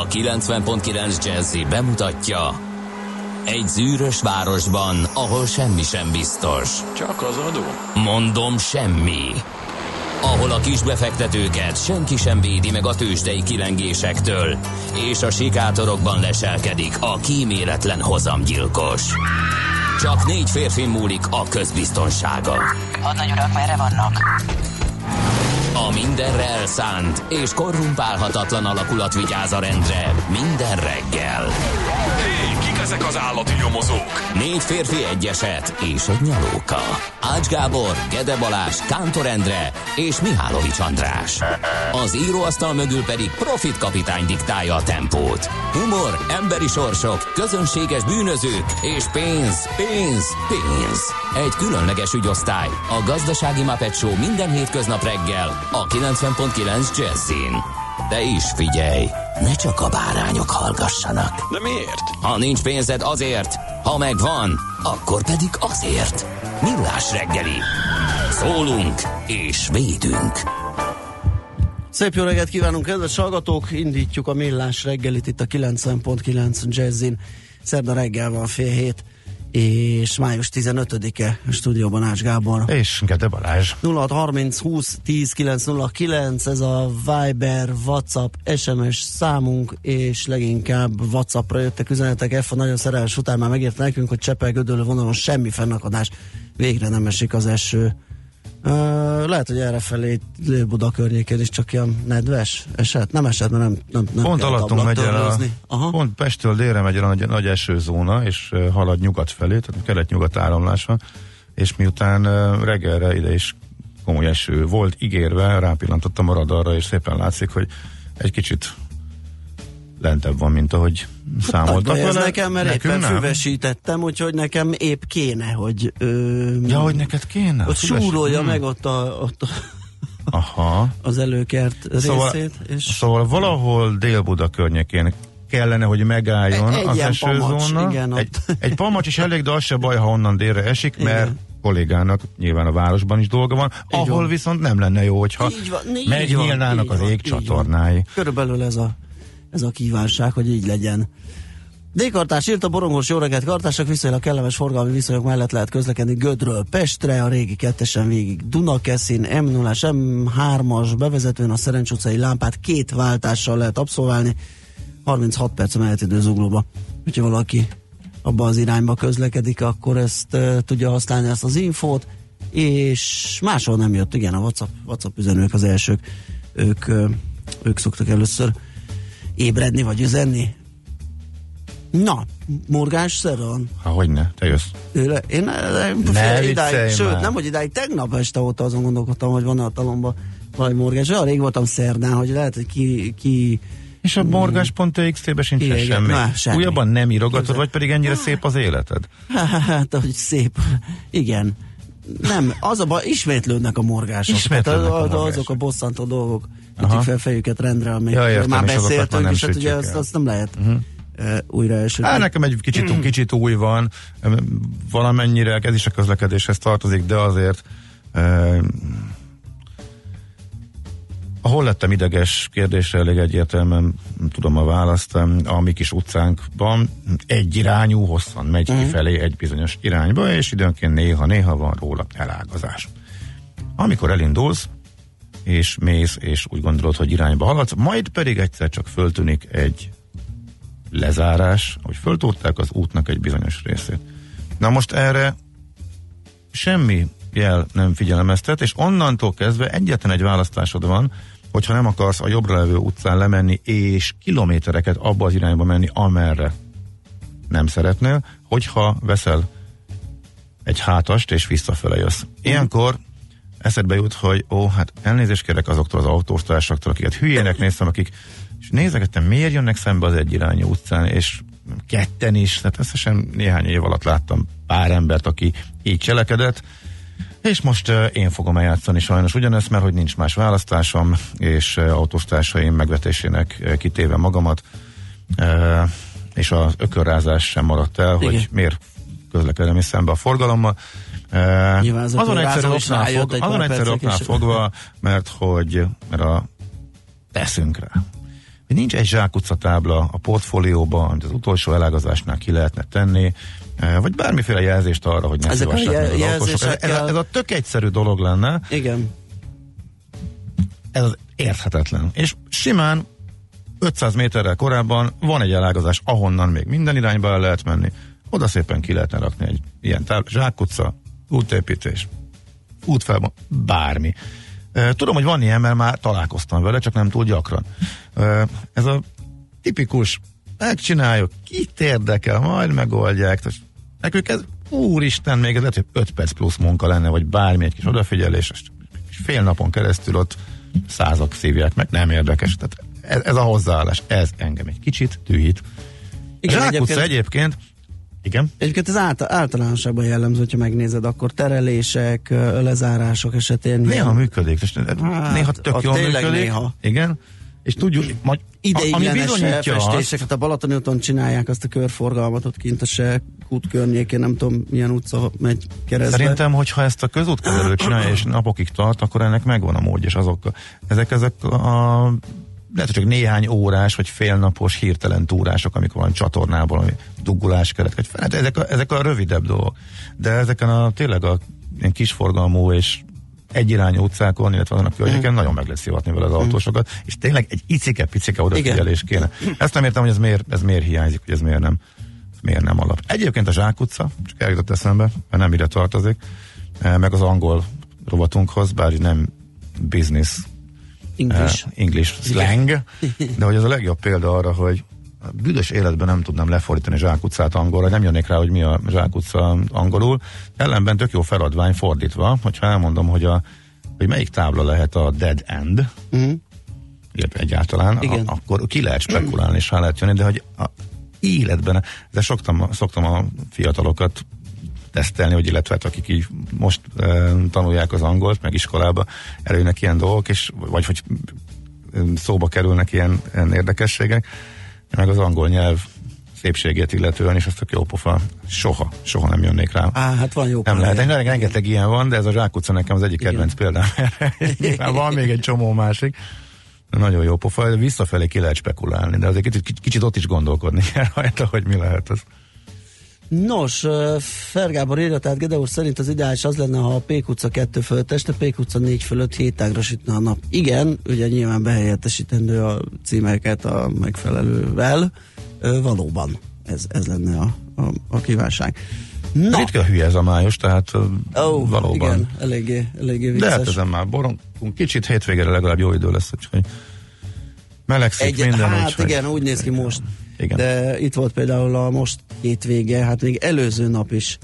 A 90.9 Jazzy bemutatja: egy zűrös városban, ahol semmi sem biztos. Csak az adó? Mondom, semmi. Ahol a kisbefektetőket senki sem védi meg a tőzsdei kilengésektől, és a sikátorokban leselkedik a kíméletlen hozamgyilkos. Csak 4 férfin múlik a közbiztonsága. Hadnagy urak, merre vannak? A mindenre elszánt és korrumpálhatatlan alakulat vigyáz a rendre minden reggel. Hé, kik ezek az állati nyomozók? 4 férfi, egy eset és egy nyalóka. Ács Gábor, Gede Balázs, Kántor Endre és Mihálovics András. Az íróasztal mögül pedig Profit kapitány diktálja a tempót. Humor, emberi sorsok, közönséges bűnözők és pénz, pénz, pénz. Egy különleges ügyosztály, a Gazdasági Muppet Show minden hétköznap reggel a 90.9 Jazzin. De is figyelj, ne csak a bárányok hallgassanak. De miért? Ha nincs pénzed, azért, ha megvan, akkor pedig azért. Millás reggeli. Szólunk és védünk. Szép jó reggelt kívánunk, kedves hallgatók! Indítjuk a Millás reggelit itt a 90.9 Jazzin. Szerda reggel van 6:30, és május 15-e a stúdióban Ács Gábor. És Gede Balázs. 0630 20 10 909, ez a Viber, WhatsApp, SMS számunk, és leginkább WhatsAppra jöttek üzenetek. F a nagyon szerelmes után már megírta nekünk, hogy Csepel-Gödöllő vonalon semmi fennakadás, végre nem esik az eső. Lehet, hogy errefelé Buda környékén is csak ilyen nedves eset. Nem esett, mert nem pont alattunk megy el pont Pesttől délre megy el a nagy esőzóna, és halad nyugat felé, tehát kelet-nyugat áramlás van, és miután reggelre ide is komoly eső volt ígérve, rápillantottam a radarra, és szépen látszik, hogy egy kicsit lentebb van, mint ahogy számoltak vele. Ez nekem, mert éppen füvesítettem, úgyhogy nekem épp kéne, hogy hogy neked kéne? Ott súrolja meg ott Aha. az előkert részét. Szóval valahol Dél-Buda környékén kellene, hogy megálljon az esőzóna. Egy pamacs is elég, de az se baj, ha onnan délre esik, igen. Mert kollégának nyilván a városban is dolga van, így ahol van. Viszont nem lenne jó, hogyha megnyílnának a régcsatornái. Körülbelül ez a kívánság, hogy így legyen. D-kartás írt: a borongós jó reggelt kartások, viszonylag kellemes forgalmi viszonyok mellett lehet közlekedni Gödről Pestre, a régi 2-esen végig Dunakeszin, M0-as, M3-as bevezetőn a Szerencs utcai lámpát 2 váltással lehet abszolválni, 36 perc a menetidő Zuglóba. Hogyha valaki abba az irányba közlekedik, akkor ezt tudja használni, ezt az infót, és máshol nem jött, igen, a WhatsApp üzenők az elsők, ők szoktak először ébredni, vagy üzenni. Na, morgás szeron. Hogyne, te jössz. Én sőt, nem, hogy idáig, tegnap este óta azon gondolkodtam, hogy van-e a talomba valami morgás. Olyan rég voltam szerdán, hogy lehet, hogy ki és a morgás.txt-be sincs semmi. Semmi. Újabban nem írogatod, vagy pedig ennyire szép az életed? Hát, hogy szép. Igen. Nem, az a baj, ismétlődnek a morgások. Azok a bosszantó dolgok. Ütik fel fejüket rendre, amit már beszéltünk, és hát ugye azt nem lehet újra elsőt. Nekem egy kicsit új van, valamennyire ez is a közlekedéshez tartozik, de azért hol lettem ideges kérdésre elég egyértelműen tudom a választ. A mi kis utcánkban egyirányú hosszan megy kifelé egy bizonyos irányba, és időnként néha van róla elágazás. Amikor elindulsz, és mész, és úgy gondolod, hogy irányba haladsz, majd pedig egyszer csak föltűnik egy lezárás, hogy föltúrták az útnak egy bizonyos részét. Na most erre semmi jel nem figyelemeztet, és onnantól kezdve egyetlen egy választásod van, hogyha nem akarsz a jobbra levő utcán lemenni, és kilométereket abba az irányba menni, amerre nem szeretnél, hogyha veszel egy hátast, és visszafele jössz. Ilyenkor eszedbe jut, hogy hát elnézést kérek azoktól az autóstársaktól, akiket hülyének néztem, akik és nézegettem, miért jönnek szembe az egyirányú utcán, és ketten is, tehát összesen néhány év alatt láttam pár embert, aki így cselekedett, és most én fogom eljátszani sajnos ugyanezt, mert hogy nincs más választásom, és autóstársaim megvetésének kitéve magamat, és az ökörrázás sem maradt el, igen. Hogy miért közlekedem is szembe a forgalommal. Azon egyszerű oknál fogva, mert a teszünk rá. nincs egy zsákutca tábla a portfólióban, amit az utolsó elágazásnál ki lehetne tenni, vagy bármiféle jelzést arra, hogy ne szívassanak meg az autósok. Ez a tök egyszerű dolog lenne. Igen. Ez az érthetetlen. És simán 500 méterrel korábban van egy elágazás, ahonnan még minden irányba el lehet menni. Oda szépen ki lehetne rakni egy ilyen zsákutca, útépítés, útfelbont, bármi. Tudom, hogy van ilyen, mert már találkoztam vele, csak nem túl gyakran. Ez a tipikus, megcsináljuk, kit érdekel, majd megoldják. Nekünk ez, úristen, még ez lehet, hogy 5 perc plusz munka lenne, vagy bármi, egy kis odafigyelés, és fél napon keresztül ott százak szívják meg, nem érdekes. Tehát ez a hozzáállás, ez engem egy kicsit tűhít. Zsákutca egyébként, igen. Egyébként ez általánosságban jellemző, hogyha megnézed, akkor terelések, lezárások esetén. Néha működik, néha tök jól működik. Néha. Igen. És tudjuk, ideiglenes elfestéseket a Balatoni úton csinálják azt a körforgalmat ott kint a se út környékén, nem tudom milyen utca megy keresztbe. Szerintem, hogyha ezt a közútkezelő csinálja és napokig tart, akkor ennek megvan a módja, és ezek a lehet, hogy csak néhány órás, vagy félnapos hirtelen túrások, amikor van csatornából, ami duggulás keletkezik. Hát ezek a rövidebb dolgok. De ezeken tényleg a ilyen kisforgalmú és egyirányú utcákon, illetve azon a környéken nagyon meg lehet szivatni vele az autósokat, és tényleg egy icike-picike odafigyelés kéne. Ezt nem értem, hogy ez miért hiányzik, hogy ez miért nem alap. Egyébként a zsákutca, csak eljutott eszembe, mert nem ide tartozik, meg az angol rovatunkhoz, bár nem business English slang, de hogy ez a legjobb példa arra, hogy a büdös életben nem tudnám lefordítani zsákutcát angolra, nem jönnék rá, hogy mi a zsákutca angolul. Ellenben tök jó feladvány fordítva, hogyha elmondom, hogy melyik tábla lehet a dead end, illetve egyáltalán, akkor ki lehet spekulálni, és rá lehet jönni, de hogy a életben, de szoktam a fiatalokat tesztelni, hogy illetve akik így most tanulják az angolt, meg iskolába előjönnek ilyen dolgok, és vagy hogy szóba kerülnek ilyen érdekességek, meg az angol nyelv szépségét illetően, és azt a jó pofa soha nem jönnék rá. Hát van jó. Nem lehet, rengeteg ilyen van, de ez a zsákutca nekem az egyik kedvenc példám. Nyilván van még egy csomó másik. Nagyon jó pofa, visszafelé ki lehet spekulálni, de azért kicsit ott is gondolkodni kell rajta, hogy mi lehet az. Nos, Fergábor írja, tehát Gede úr szerint az ideális az lenne, ha a Pék utca 2 fölött este, Pék utca 4 fölött 7 tágra sütne a nap. Igen, ugye nyilván behelyettesítendő a címeket a megfelelővel. Valóban ez lenne a kívánság. Na. Ritka hülye ez a május, tehát valóban. Igen, eléggé vicces. De hát ezen már borongunk kicsit, hétvégére legalább jó idő lesz, úgyhogy melegszik minden. Hát igen, úgy néz ki most. Igen. De itt volt például a most hétvége, hát még előző nap is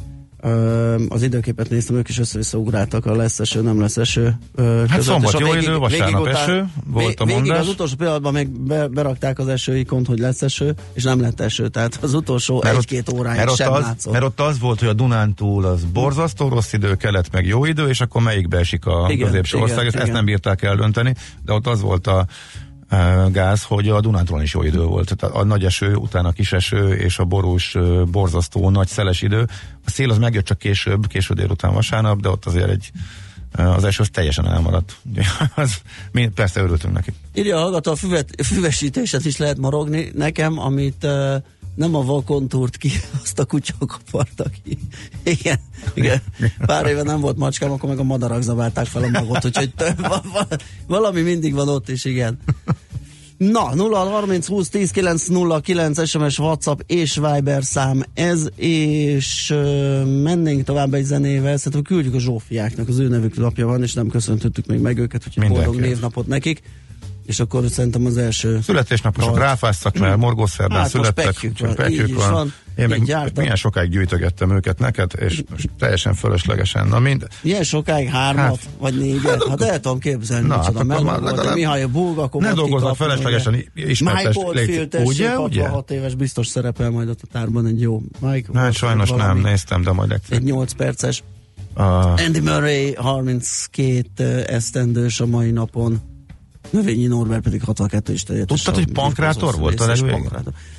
az időképet néztem, ők is össze-vissza ugráltak a lesz eső, nem lesz eső. Hát szombat jó idő, vasárnap eső, volt a mondás. Végig az utolsó pillanatban még berakták az esőikont, hogy lesz eső, és nem lett eső, tehát az utolsó 1-2 óráig sem látszott. Mert ott az volt, hogy a Dunántúl az borzasztó rossz idő, kelet meg jó idő, és akkor melyikbe esik a középső ország, ezt nem bírták eldönteni, de ott az volt a gáz, hogy a Dunántúlon is jó idő volt. Tehát a nagy eső, utána kis eső, és a borús, borzasztó, nagy szeles idő. A szél az megjött csak késő délután vasárnap, de ott azért az eső az teljesen elmaradt. Mi persze örültünk neki. Írja a hallgató, a füvesítéset is lehet marogni nekem, amit nem a vakontúrt ki, azt a kutya kaparta ki. Igen. Pár éve nem volt macskám, akkor meg a madarak zabálták fel a magot, úgyhogy valami mindig van ott is, igen. Na, 0-30-20-10-9-09 SMS, WhatsApp és Viber szám ez, és mennénk tovább egy zenével, szerintem küldjük a Zsófiáknak, az ő nevük lapja van, és nem köszöntöttük még meg őket, úgyhogy boldog névnapot nekik. És akkor szerintem az első... Születésnaposok ráfáztak, mert morgószerdán születtek, úgyhogy pekjük van. Én meg milyen sokáig gyűjtögettem őket neked, és most teljesen fölöslegesen. Na milyen sokáig 3 vagy 4? Hát el tudom képzelni, micsoda meló volt, a Mihály Bulgakov. Ne dolgozzak feleslegesen ismertes. Ugye? 66 éves biztos szerepel majd ott a tárban egy jó Mike. Hát sajnos nem néztem, de majd egyszer. Egy 8 perces. Andy Murray 32 esztendős a mai napon. Növényi Norbert pedig 62 is teljes. Tudtad, hogy pankrátor volt a legvégén?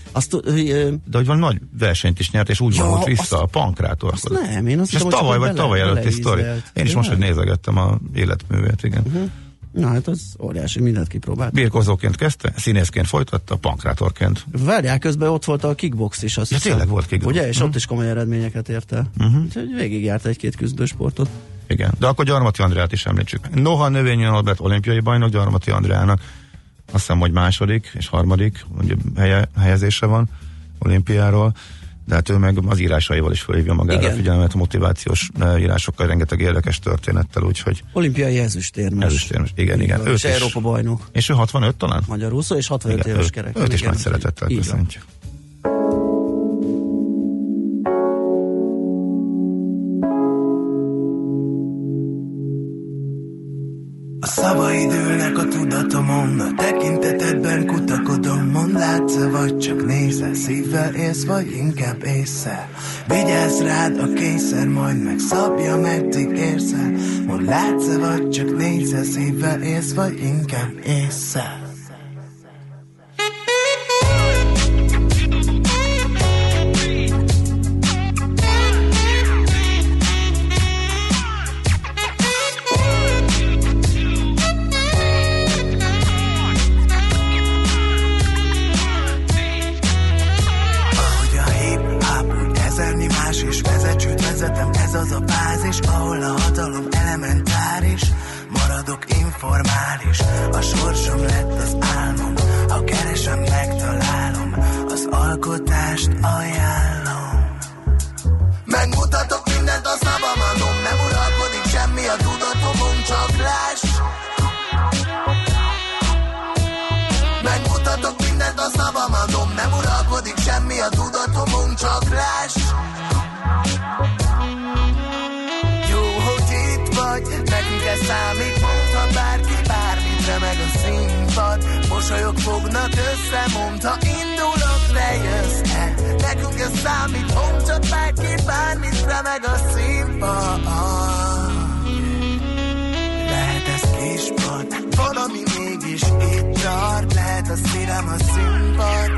De hogy van nagy versenyt is nyert, és úgy vonult vissza a pankrátor. Nem, én azt hiszem, hogy tavaly előtti sztori. Én is most, hogy nézegettem a életművét, igen. Na hát az óriási, mindent kipróbált. Birkózóként kezdte, színészként folytatta, pankrátorként. Várjál, közben ott volt a kickbox is, azt hiszem. Tényleg volt kickbox. Ugye, és ott is komoly eredményeket ért el. Úgyhogy végigjárt egy-két küzdősportot. Igen, de akkor Gyarmati Andrát is említsük. Noha Növényi Albert olimpiai bajnok, Gyarmati Andrának azt hiszem, hogy második és harmadik helyezése van olimpiáról, de hát ő meg az írásaival is felhívja magára a figyelmet, motivációs írásokkal, rengeteg érdekes történettel, úgyhogy... Olimpiai ezüstérmes. Ezüstérmes, igen. És Európa bajnok. És ő 65 talán? Magyar úszó, és 65 igen, éves kerek. Őt is nagy szeretettel köszöntjük. A szavaid ülnek a tudatomon, a tekintetedben kutakodom. Mondd, látsz-e, vagy csak nézel, szívvel élsz, vagy inkább ésszel. Vigyázz rád a kényszer, majd megszabja, meddig érzel. Mondd, látsz-e, vagy csak nézel, szívvel élsz, vagy inkább ésszel. Ahol a hatalom elementáris, maradok informális. A sorsom lett az álmom, ha keresem, megtalálom, az alkotást ajánlom. Megmutatok mindent, a szavam adom, nem uralkodik semmi a tudatomon, csak láss. Megmutatok mindent, a szavam adom, nem uralkodik semmi a tudatomon, csak láss. Nekünk ez számít, mondta bárki bármit, remeg a színpad. Mosolyok fognak össze, mondta indulok, te jössz-e. Nekünk ez számít, mondta bárki bármit, remeg a színpad. Lehet ez kispad, valami mégis itt tart. Lehet a szívem a színpad.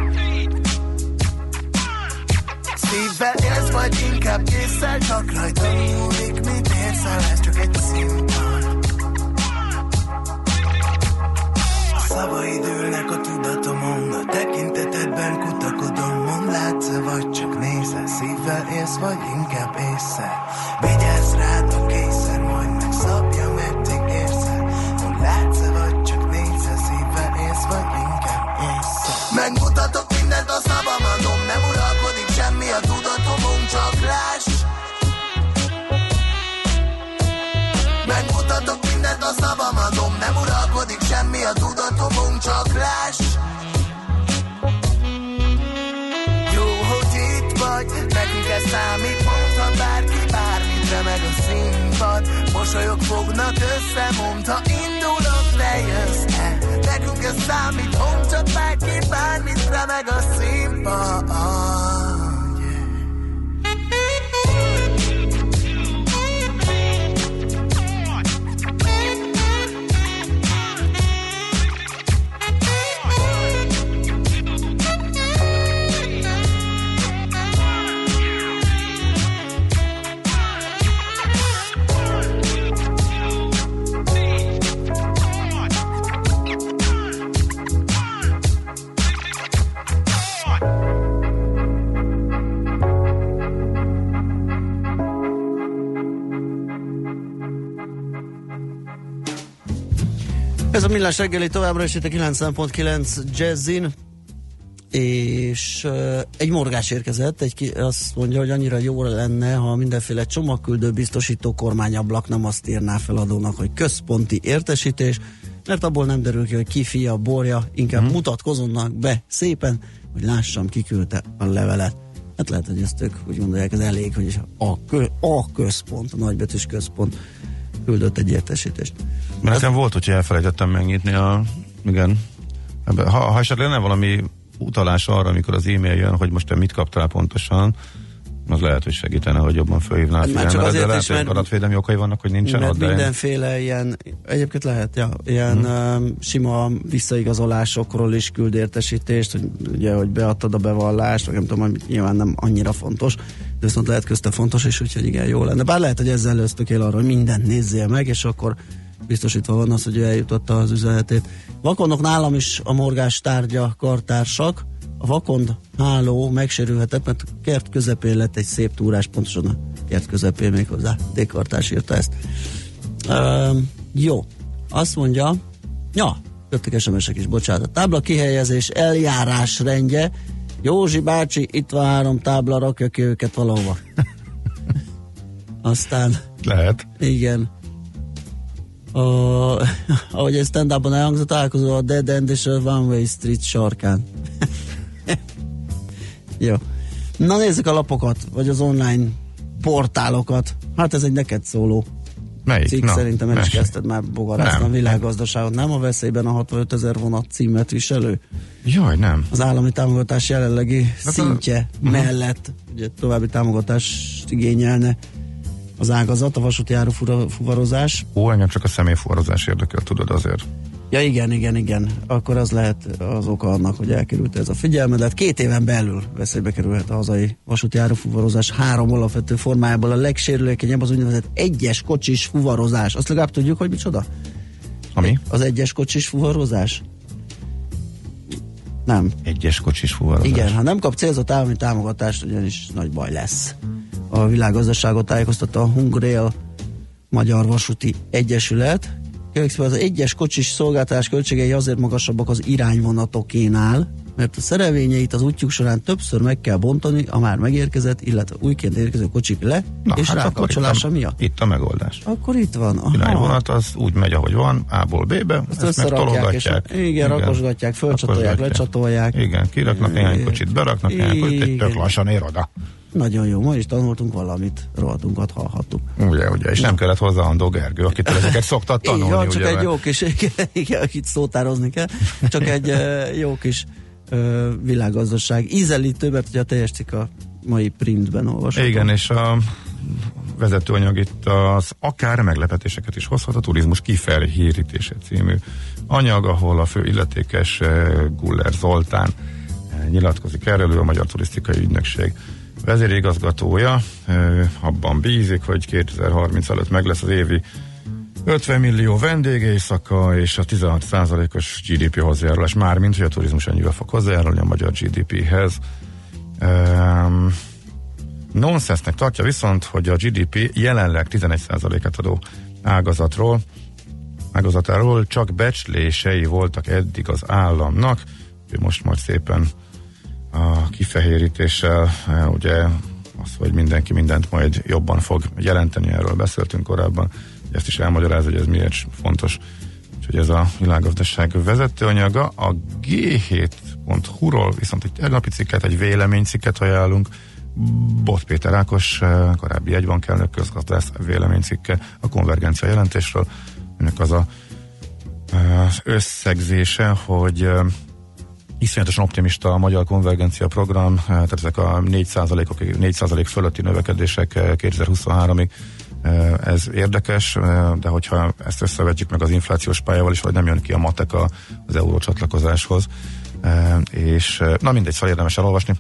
Szívvel élsz, vagy inkább késszel, csak rajta múlik, mit érzel, ez csak egy színpad. A szavaid ülnek a tudatomon, a tekintetedben kutakodom. Mondd, látsz-e, vagy csak nézel, szívvel élsz, vagy inkább ésszel. Vigyázz rád a kényszer, majd megszabja, meddig érzel. Mondd, látsz-e, vagy csak nézel, szívvel élsz, vagy inkább ésszel. Megmutatok mindent, a szavam adom, nem uralkodik semmi a tudatomon, csak láss. Megmutatok mindent, a szavam adom, nem uralkodik semmi a tudatomon, csak láss. Jó, hogy itt vagy, nekünk ez számít, mondta bárki bármit, remeg a színpad. Mosolyok fognak össze, mondta indulok, te jössz-e. Nekünk ez számít, mondta bárki bármit, remeg a színpad. Ez a Millás reggeli továbbra is itt a 90.9 Jazzin, és egy morgás érkezett, azt mondja, hogy annyira jó lenne, ha mindenféle csomagküldő biztosító kormányablak nem azt írná feladónak, hogy központi értesítés, mert abból nem derül ki, hogy ki fia, borja, inkább mutatkozonnak be szépen, hogy lássam, ki küldte a levelet. Hát lehet, hogy ezt ők úgy gondolják, ez elég, hogy a központ, a nagybetűs központ küldött egy értesítést. Mert nekem volt, hogy elfelejtettem megnyitni igen. Ha esetleg lenne valami utalás arra, amikor az e-mail jön, hogy most te mit kaptál pontosan, az lehet, hogy segítene, hogy jobban felhívná a figyelmet. De lehet, hogy adatvédelmi okai vannak, hogy nincsen ott. Mindenféle ilyen, egyébként lehet, ilyen sima visszaigazolásokról is küld értesítést, hogy ugye, hogy beadtad a bevallást, vagy nem tudom, hogy nyilván nem annyira fontos, de viszont lehet közte fontos is, úgyhogy igen, jó lenne. Bár lehet, hogy ezzel ösztökél arra, hogy mindent nézzél meg, és akkor biztosítva van az, hogy ő eljutotta az üzenetét. Vakonok nálam is a morgás tárgya kartársak. A vakond háló megsérülhetett, mert a kert közepén lett egy szép túrás, pontosan a kert közepén még hozzá. D-kartás írta ezt. Jó, azt mondja, ja, jöttek SMS-ek is, bocsánat. Tábla kihelyezés, eljárás rendje. Józsi bácsi, itt van 3 tábla, rakja ki őket valahova. Aztán... Lehet. Igen. Ahogy egy stand-upban elhangzott, találkozó a Dead End és a One Way Street sarkán. Jó. Na nézzük a lapokat, vagy az online portálokat. Hát ez egy neked szóló Melyik? cikk, szerintem el is kezdted már bogarászni a világgazdaságot. Nem a veszélyben a 65 000 vonat címet viselő? Jaj, nem. Az állami támogatás jelenlegi szintje mellett ugye további támogatást igényelne az ágazat, a vasúti árufuvarozás. Engem csak a személyfuvarozás érdekel, tudod azért. Ja, igen. Akkor az lehet az oka annak, hogy elkerült ez a figyelmedet. 2 éven belül veszélybe kerülhet a hazai vasúti árufuvarozás 3 alapvető formájából. A legsérülékenyebb az úgynevezett egyes kocsis fuvarozás. Azt legalább tudjuk, hogy micsoda? Ami? Az egyes kocsis fuvarozás? Nem. Egyes kocsis fuvarozás. Igen, ha nem kap célzott állami támogatást, ugyanis nagy baj lesz. A világgazdaságot tájékoztatta a Hungrail Magyar Vasúti Egyesület. Az egyes kocsis szolgáltatás költségei azért magasabbak az irányvonatokénál, mert a szerelvényeit az útjuk során többször meg kell bontani a már megérkezett, illetve újként érkező kocsik le, és rákapcsolása miatt. Itt a megoldás. Akkor itt van. Aha. Irányvonat az úgy megy, ahogy van, A-ból B-be, ezt megtologatják. Igen, rakosgatják, fölcsatolják, lecsatolják. Igen, kiraknak néhány kocsit, beraknak néhány kocsit, tök lassan ér oda. Nagyon jó, ma is tanultunk valamit, rovatunkat hallhattuk. Ugye, és nem kellett hozzá Andó Gergő, akitől ezeket szoktad tanulni. Igen, csak egy jó kis, igen, akit szótározni kell, csak egy jó kis világgazdaság. Ízelítő, mert ugye a teljes cikk a mai printben olvasható. Igen, és a vezetőanyag itt az akár meglepetéseket is hozhat, a turizmus kifelhírítése című anyag, ahol a fő illetékes Guller Zoltán nyilatkozik erről, a Magyar Turisztikai Ügynökség vezérigazgatója, abban bízik, hogy 2030 előtt meg lesz az évi 50 millió vendégéjszaka és a 16%-os GDP hozzájárulás, mármint, hogy a turizmus ennyivel fog hozzájárulni a magyar GDP-hez. Nonsensnek tartja viszont, hogy a GDP jelenleg 11%-át adó ágazatáról csak becslései voltak eddig az államnak, most majd szépen a kifehérítéssel, ugye az, hogy mindenki mindent majd jobban fog jelenteni, erről beszéltünk korábban, ezt is elmagyaráz, hogy ez miért fontos. Úgyhogy ez a világgazdaság vezetőanyaga. A G7.hu-ról viszont egy tegnapi cikket, egy véleménycikket ajánlunk. Bot Péter Ákos, korábbi jegybankelnök, közgazdász véleménycikke a konvergencia jelentésről. Ennek az az összegzése, hogy iszonyatosan optimista a magyar konvergencia program, tehát ezek a 4% fölötti növekedések 2023-ig, ez érdekes, de hogyha ezt összevetjük meg az inflációs pályával is, hogy nem jön ki a matek az euró csatlakozáshoz, és na mindegy, szóval érdemes elolvasni.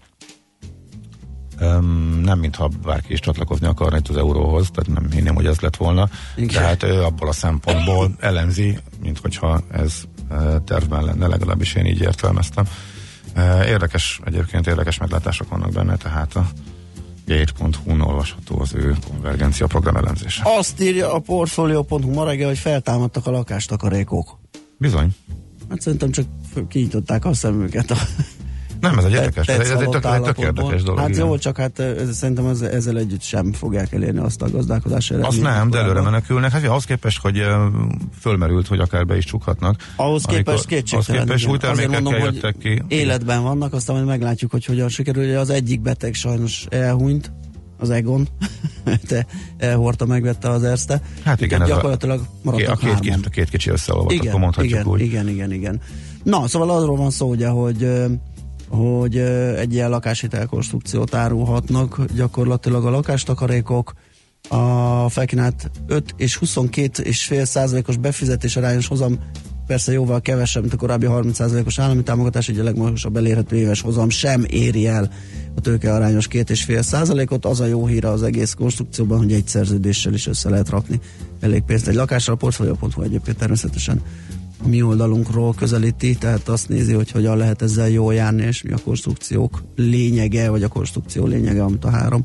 Nem mintha bárki is csatlakozni akarna itt az euróhoz, tehát nem hinném, hogy ez lett volna, de hát ő abból a szempontból elemzi, mint hogyha ez tervben lenne, legalábbis én így értelmeztem. Érdekes, egyébként érdekes meglátások vannak benne, tehát a G7.hu-n olvasható az ő konvergencia program elemzése. Azt írja a Portfolio.hu ma reggel, hogy feltámadtak a lakástakarékok. Bizony. Hát szerintem csak kinyitották a szemüket. Nem, ez egy érdekes, ez egy tök érdekes dolog. Hát igen. jó, csak hát szerintem ezzel együtt sem fogják elérni azt a gazdálkodási eredményt. Azt nem, de előre menekülnek. Hát ahhoz képest, hogy fölmerült, hogy akár be is csukhatnak. Ahhoz képest kétségtelen. Ahhoz képest új termékekkel jöttek ki. Életben vannak, aztán majd meglátjuk, hogy hogyan sikerül. Ugye az egyik beteg sajnos elhunyt, az Egon, te elhordta, megvette az Erste. Hát igen, gyakorlatilag maradtak hárman. A két kicsi összeolvadt, akkor mondhatjuk úgy. Igen. Na, szóval arról van szó, ugye, hogy egy ilyen lakáshitelkonstrukciót árulhatnak gyakorlatilag a lakástakarékok, a felkínált 5 és 22,5%-os befizetés arányos hozam persze jóval kevesebb, mint a korábbi 30%-os állami támogatás, így a legmagasabb elérhető éves hozam sem éri el a tőkearányos 2,5%-ot. Az a jó híre az egész konstrukcióban, hogy egy szerződéssel is össze lehet rakni elég pénzt egy lakásra. A Portfolio.hu egyébként természetesen a mi oldalunkról közelíti, tehát azt nézi, hogy hogyan lehet ezzel jól járni, és mi a konstrukciók lényege, vagy a konstrukció lényege, amit a 3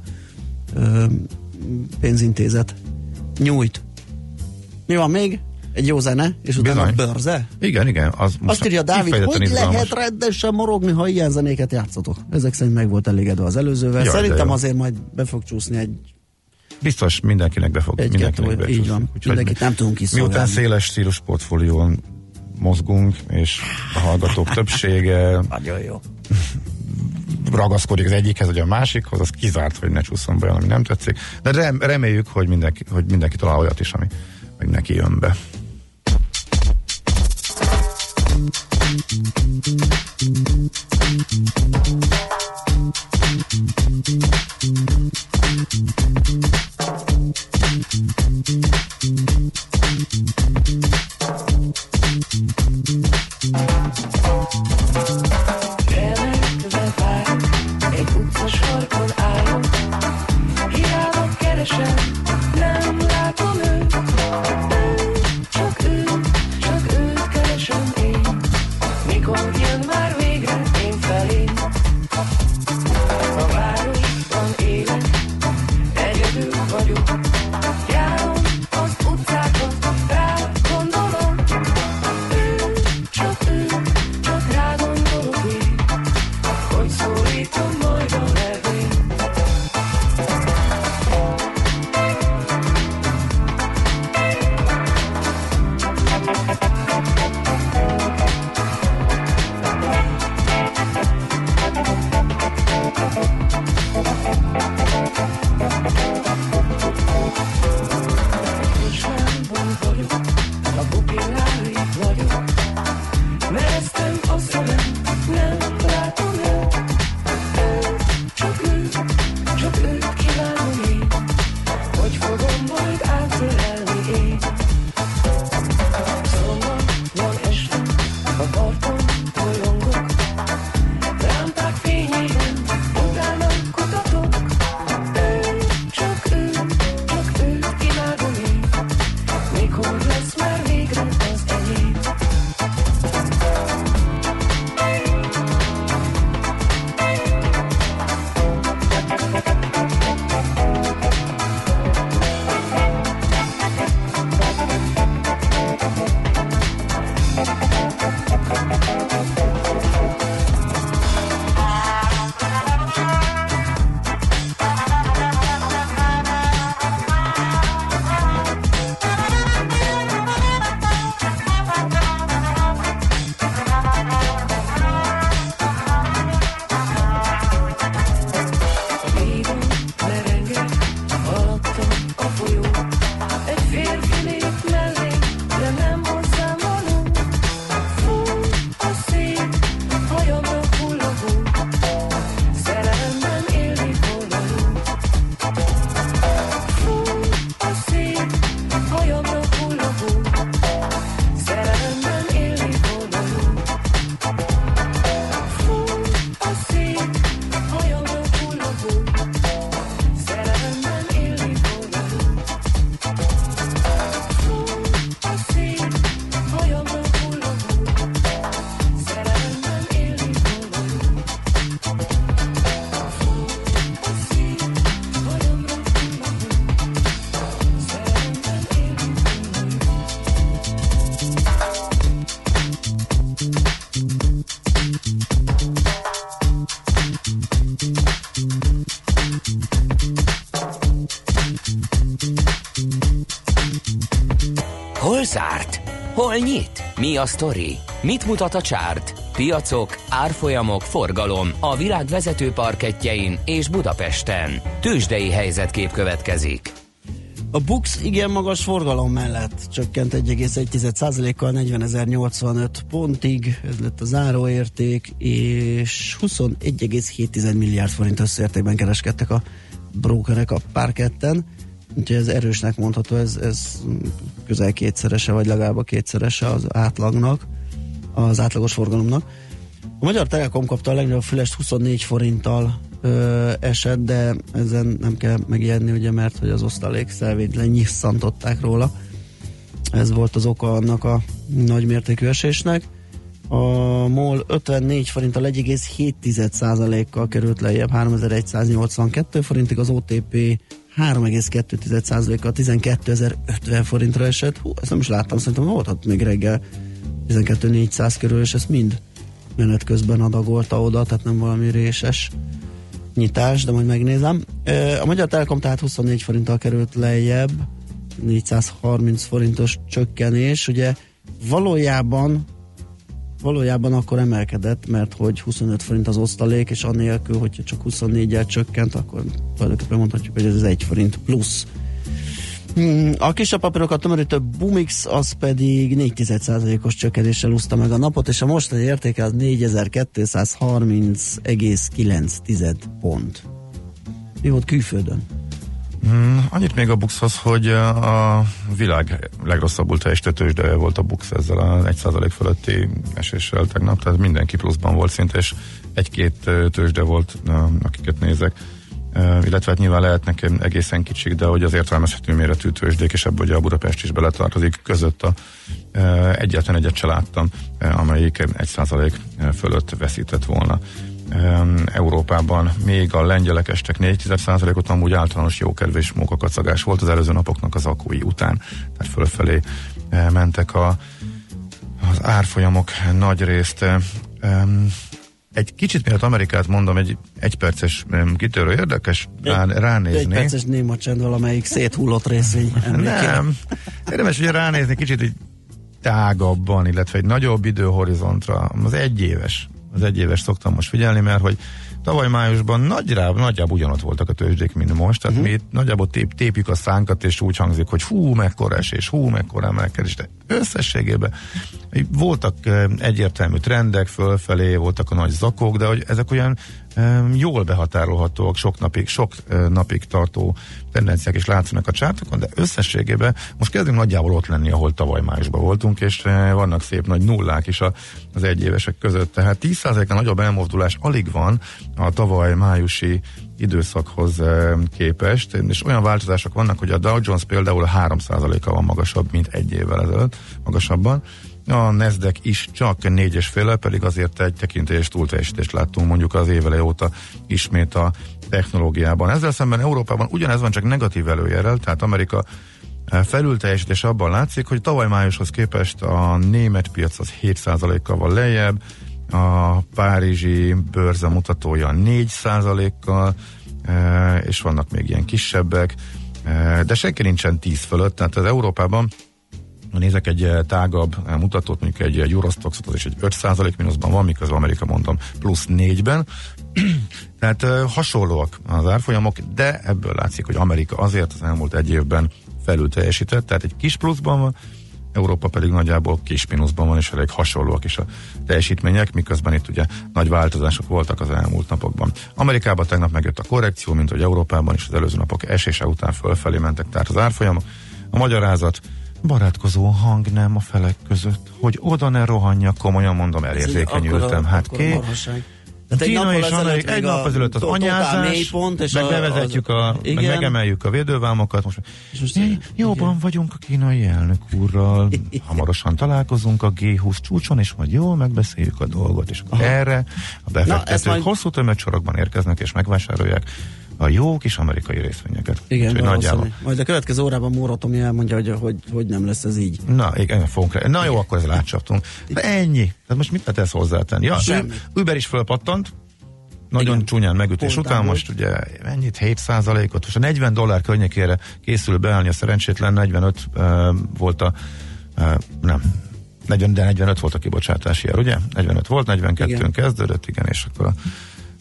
pénzintézet nyújt. Mi van még? Egy jó zene, és utána a bőrze? Igen. Azt írja Dávid, hogy lehet rendesen morogni, ha ilyen zenéket játszotok. Ezek szerint meg volt elégedve az előzővel. Ja, szerintem azért majd be fog csúszni egy... Biztos mindenkinek be fog csúszni. Így van, mindenkit nem tudunk kiszolgálni. Miután széles stílus portfólión mozgunk, és a hallgatók többsége nagyon jó ragaszkodik az egyikhez, vagy a másikhoz, az kizárt, hogy ne csúszom be, ami nem tetszik. De reméljük, hogy mindenki talál olyat is, ami meg neki jön be. Remekve vár, egy utca sarkon állok, hiába keresem, nem látom őt. Csak őt keresem én. Mikor jön már végre én felém? A városban élek, egyedül vagyok. Járom az utcákat, rá gondolom. Csak rá gondolok én, hogy szólítom majd a nevén. Mosában vagyok, a pupillái vagyok. Mereztem a szemem, nem látom őt. Csak őt kívánom én, hogy fogom majd átölelni én. Szombatban este a parton bolyongok, lámpák fényében utána kutatok. Csak őt kívánom én, mikor lesz már végre az enyém. A vízon merengek, alattam a folyó. Egy férfi lép mellé, de nem hozzám való. Fúj a szél, hajamra hull a hó, szerelemben élni forraló. Fúj a szél, hajamra hull a hó, szerelemben élni forraló. Fúj a szél, hajamra hull a hó, szerelemben élni forraló. Fúj a szél, hajamra hull a hó, szerelemben élni forraló. Fúj a szél, hajamra hull a hó, szerelemben Hol zárt? Hol nyit? Mi a sztori? Mit mutat a csárt? Piacok, árfolyamok, forgalom a világ vezető parkettjein és Budapesten. Tőzsdei helyzetkép következik. A BUX igen magas forgalom mellett csökkent 1,1%-kal 40.085 pontig, ez lett a záróérték, és 21,7 milliárd forint összértékben kereskedtek a brókerek a parketten. úgyhogy ez erősnek mondható, ez közel kétszerese, vagy legalább a kétszerese az átlagnak, az átlagos forgalomnak. A Magyar Telekom kapta a legnagyobb fülest, 24 forinttal esett, de ezen nem kell megijedni, ugye, mert hogy az osztalékszelvényt lenyisszantották róla. Ez volt az oka annak a nagymértékű esésnek. A MOL 54 forinttal 1,7%-kal került lejjebb 3182 forintig, az OTP 3,2%-kal 12.050 forintra esett. Hú, ezt nem is láttam, szerintem volt még reggel 12.400 körül, és ezt mind menet közben adagolta oda, tehát nem valami réses nyitás, de majd megnézem. A Magyar Telekom tehát 24 forinttal került lejjebb, 430 forintos csökkenés, ugye valójában akkor emelkedett, mert hogy 25 forint az osztalék, és annélkül, hogyha csak 24-jel csökkent, akkor tulajdonképpen mondhatjuk, hogy ez 1 forint plusz. A kisebb papírokat tömörítő Bumix az pedig 4,1%-os csökkenéssel úszta meg a napot, és a mostani értéke az 4230,9 pont. Mi volt külföldön? Annyit még a Buxhoz, hogy a világ legrosszabbul teljesítő tőzsdeje volt a Bux ezzel a 1% fölötti eséssel tegnap, tehát mindenki pluszban volt szinte, és egy-két tőzsde volt, akiket nézek. Illetve hát nyilván lehetnek egészen kicsik, de hogy az értelmezhető méretű tőzsdék, és ebből ugye a Budapest is beletartozik, között egyetlen egyet se láttam, amelyik 1% fölött veszített volna. Európában még a lengyelek estek 4,1%-ot, amúgy általános jókedvű és mókakacagás volt az előző napoknak az akói után, tehát fölfelé mentek az árfolyamok nagy részt. Egy kicsit miatt Amerikát mondom, egy perces kitörő érdekes ránézni. Egy perces néma csend valamelyik széthullott részvény emlékére. Nem. Érdemes ugye ránézni kicsit egy tágabban, illetve egy nagyobb időhorizontra. Az egyéves szoktam most figyelni, mert hogy tavaly májusban nagyjából ugyanott voltak a tőzsdék, mint most, tehát mi nagyjából tépjük a szánkat, és úgy hangzik, hogy hú, mekkora esés, hú, mekkora emelkedés, de összességében voltak egyértelmű trendek fölfelé, voltak a nagy zakok, de hogy ezek olyan jól behatárolhatóak, sok napig tartó tendenciák is látszanak a csártokon, de összességében most kezdünk nagyjából ott lenni, ahol tavaly májusban voltunk, és vannak szép nagy nullák is az egyévesek között, tehát 10%-nál nagyobb elmozdulás alig van a tavaly májusi időszakhoz képest, és olyan változások vannak, hogy a Dow Jones például 3%-kal van magasabb, mint egy évvel ezelőtt magasabban. A Nasdaq is csak 4,5, pedig azért egy tekintélyes túlteljesítést láttunk mondjuk az évele óta ismét a technológiában. Ezzel szemben Európában ugyanez van, csak negatív előjelrel, tehát Amerika felülteljesítés abban látszik, hogy tavaly májushoz képest a német piac az 7%-kal van lejjebb, a párizsi bőrze mutatója 4%-kal, és vannak még ilyen kisebbek, de senki nincsen 10 fölött, tehát az Európában, ha nézek egy tágabb mutatót, mondjuk egy Eurostoxot, az is egy 5% mínuszban van, miközben Amerika mondom plusz 4-ben, tehát hasonlóak az árfolyamok, de ebből látszik, hogy Amerika azért az elmúlt egy évben felül teljesített, tehát egy kis pluszban van, Európa pedig nagyjából kis mínuszban van, és elég hasonlóak is a teljesítmények, miközben itt ugye nagy változások voltak az elmúlt napokban. Amerikában tegnap megjött a korrekció, mint hogy Európában is az előző napok esése után fölfelé mentek, tehát az árfolyamok. A magyarázat: barátkozó hang nem a felek között, hogy oda ne rohanjak, komolyan mondom, elérzékenyültem. Hát Kína és Amerika egy nap ezelőtt az anyázás, meg bevezetjük meg megemeljük a védővámokat. Most jóban vagyunk a kínai elnök úrral, hamarosan találkozunk a G20 csúcson, és majd jól megbeszéljük a dolgot, és erre a befektetők hosszú tömegsorokban érkeznek, és megvásárolják a jó kis amerikai részvényeket. Igen, nagyjából. Majd a következő órában Móra Tomi elmondja, hogy nem lesz ez így. Na, igen, Na jó, akkor ezzel átcsaptunk. De ennyi. Tehát most mit lehet ezt hozzátenni? Ja, Uber is fölpattant, nagyon csúnyán megütés után, most ugye ennyit, 7%-ot, most a $40 környékére készül beállni, a szerencsétlen 45 volt a nem, 45 volt a kibocsátási ár, ugye? 45 volt, 42-ön kezdődött, igen, és akkor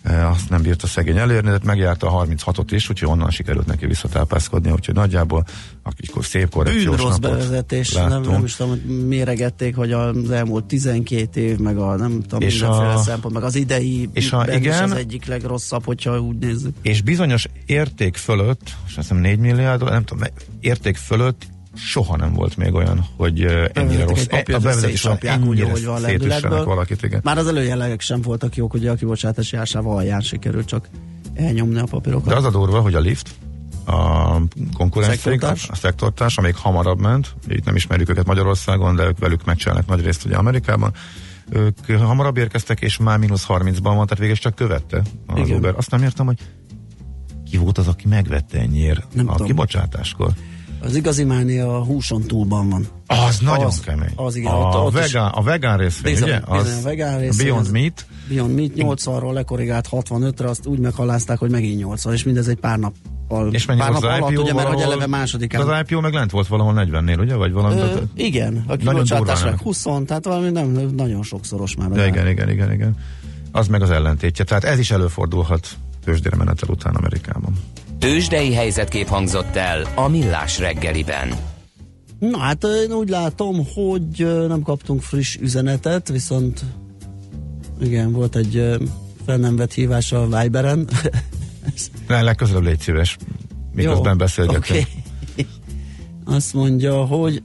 azt nem bírta szegény elérni, de megjárta a 36-ot is, úgyhogy onnan sikerült neki visszatápászkodni, úgyhogy nagyjából akkor szép korrekciós rossz napot bevezetés, nem is tudom, hogy méregették, hogy az elmúlt 12 év, meg a nem tudom, és mindenféle szempont, meg az idei igen, az egyik legrosszabb, hogyha úgy nézzük. És bizonyos érték fölött, és azt hiszem 4 milliárd, nem tudom, érték fölött soha nem volt még olyan, hogy ennyire rossz. A bevezetés hogy van lendületből. Valakit, igen. Már az előjellegek sem voltak jók, ugye a kibocsátási ásával alján sikerült csak elnyomni a papírokat. De az a durva, hogy a Lyft, a konkurenciák, a szektortárs, amelyik hamarabb ment, itt nem ismerjük őket Magyarországon, de ők velük megcsinálnak nagy részt ugye Amerikában, ők hamarabb érkeztek, és már -30-ban van, tehát végül csak követte az igen. Uber. Azt nem értem, hogy ki volt az, aki megvette ennyiért a kibocsátáskor. Az igazi mánia a húson túlban van. Az nagyon kemény. Az igen, a vegán részvény, ugye? A vegán részvény. Beyond Meat. Beyond Meat 80-ról lekorrigált 65-re, azt úgy meghalázták, hogy megint 80, és mindez egy pár nappal. És mennyi az alatt, IPO ugye, mert hogy eleve másodikán. Az IPO meg lent volt valahol 40-nél, ugye? Vagy valami. Igen, a kibocsátásra 20, tehát valami nem nagyon sokszoros már. De igen. Az meg az ellentétje. Tehát ez is előfordulhat tőzsdére menetel után Amerikában. Tőzsdei helyzetkép hangzott el a Millás reggeliben. Na hát én úgy látom, hogy nem kaptunk friss üzenetet, viszont igen, volt egy fel nem vett hívás a Viberen. Legközelebb légy szíves, miközben beszélgetünk. Okay. Azt mondja, hogy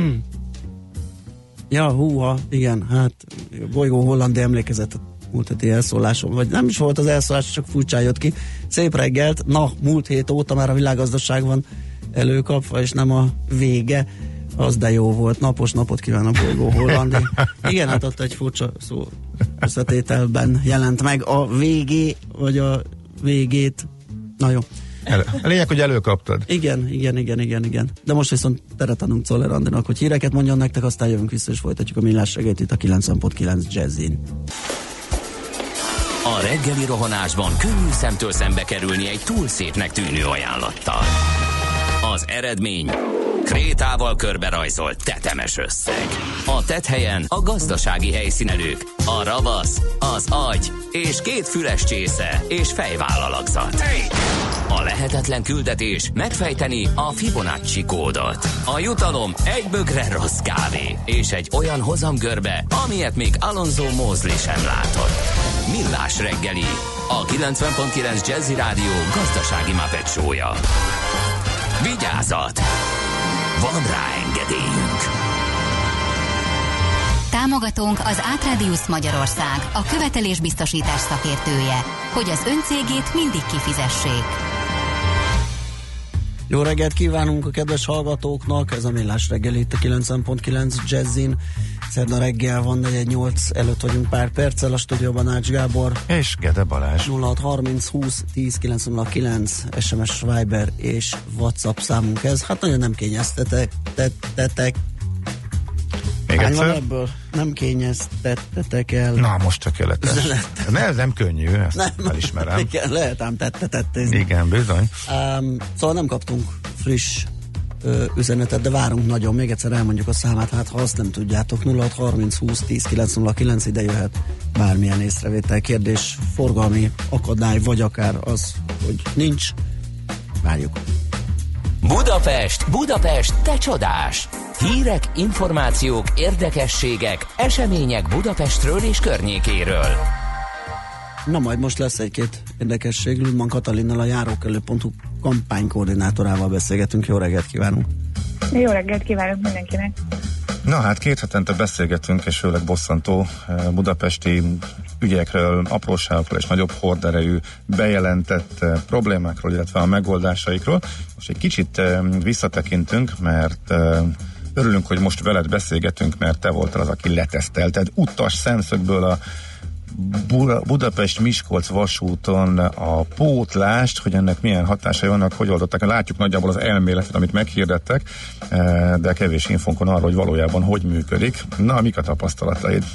ja, húha, igen, hát bolygó hollandi emlékezett múlt heti elszólásom, vagy nem is volt az elszólás, csak furcsán jött ki. Szép reggelt, múlt hét óta már a világgazdaság van előkapva, és nem a vége, az de jó volt. Napos napot kívánok, bolygó hollandi. Igen, hát ott egy furcsa szó összetételben jelent meg a végé, vagy a végét. Na jó. A lényeg, hogy előkaptad. Igen. De most viszont teret adunk Czoller Andinak, hogy híreket mondjon nektek, aztán jövünk vissza, és folytatjuk a Millás reggelt itt a 90.9 Jazzin. A reggeli rohanásban könnyű szemtől szembe kerülni egy túl szépnek tűnő ajánlattal. Az eredmény krétával körberajzolt tetemes összeg. A tetthelyen a gazdasági helyszínelők, a ravasz, az agy és 2 füles csésze és fejvállalakzat. A lehetetlen küldetés megfejteni a Fibonacci kódot. A jutalom egy bögre rossz kávé és egy olyan hozamgörbe, amilyet még Alonso Mosley sem látott. Millás reggeli, a 90.9 Jazzy Rádió gazdasági Muppet show-ja. Vigyázat! Van rá engedélyünk! Támogatónk az Átradius Magyarország, a követelésbiztosítás szakértője, hogy az öncégét mindig kifizessék. Jó reggelt kívánunk a kedves hallgatóknak, ez a Millás reggel itt a 90.9 Jazzin. Szerda reggel van, 4-8 előtt vagyunk pár perccel, a stúdióban Ács Gábor és Gede Balázs. 0630 20 10 909 SMS, Viber és WhatsApp számunk ez. Hát nagyon nem kényeztetek. Még hány egyszer? Van ebből? Nem kényeztettetek el. Na, most tökéletes. Ez nem könnyű, ezt nem, elismerem. Igen, lehet ám tettetettézni. Igen, bizony. Szóval nem kaptunk friss üzenetet, de várunk nagyon. Még egyszer elmondjuk a számát, hát ha azt nem tudjátok, 0630 20 10 909, ide jöhet bármilyen észrevétel, kérdés, forgalmi akadály, vagy akár az, hogy nincs. Várjuk. Budapest, te csodás! Hírek, információk, érdekességek, események Budapestről és környékéről. Na majd most lesz egy-két érdekesség. Ludman Katalinnal, a járókelő.hu kampánykoordinátorával beszélgetünk. Jó reggelt kívánunk! Jó reggelt kívánok mindenkinek! Na hát 2 hetente beszélgetünk, és főleg bosszantó budapesti ügyekről, apróságokról és nagyobb horderejű bejelentett problémákról, illetve a megoldásaikról. Most egy kicsit visszatekintünk, mert örülünk, hogy most veled beszélgetünk, mert te voltál az, aki letesztelted utas szemszögből a Budapest-Miskolc vasúton a pótlást, hogy ennek milyen hatásai vannak, hogy oldották. Látjuk nagyjából az elméletet, amit meghirdettek, de kevés infónk van arról, hogy valójában hogy működik. Na, mik a tapasztalataid?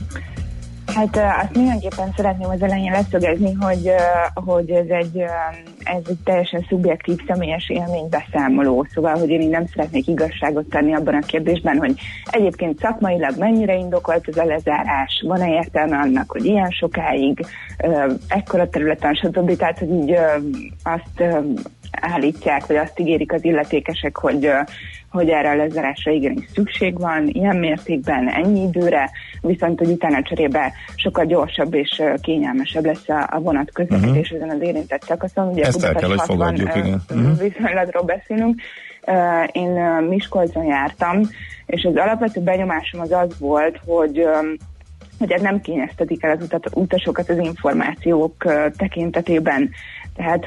Hát azt mindenképpen szeretném az elején leszögezni, hogy ez egy ez egy teljesen szubjektív, személyes élménybeszámoló, szóval, hogy én így nem szeretnék igazságot tenni abban a kérdésben, hogy egyébként szakmailag mennyire indokolt ez a lezárás, van-e értelme annak, hogy ilyen sokáig, ekkora területen, stb. Tehát, hogy így azt állítják, vagy azt ígérik az illetékesek, hogy erre a lezárásra igenis szükség van, ilyen mértékben, ennyi időre, viszont hogy utána cserébe sokkal gyorsabb és kényelmesebb lesz a vonat közlekedés ezen az érintett szakaszon. Ugye ezt el kell, hogy fogadjuk, igen. Viszonylatról beszélünk. Én Miskolcon jártam, és az alapvető benyomásom az volt, hogy nem kényeztetik el az utasokat az információk tekintetében. Tehát,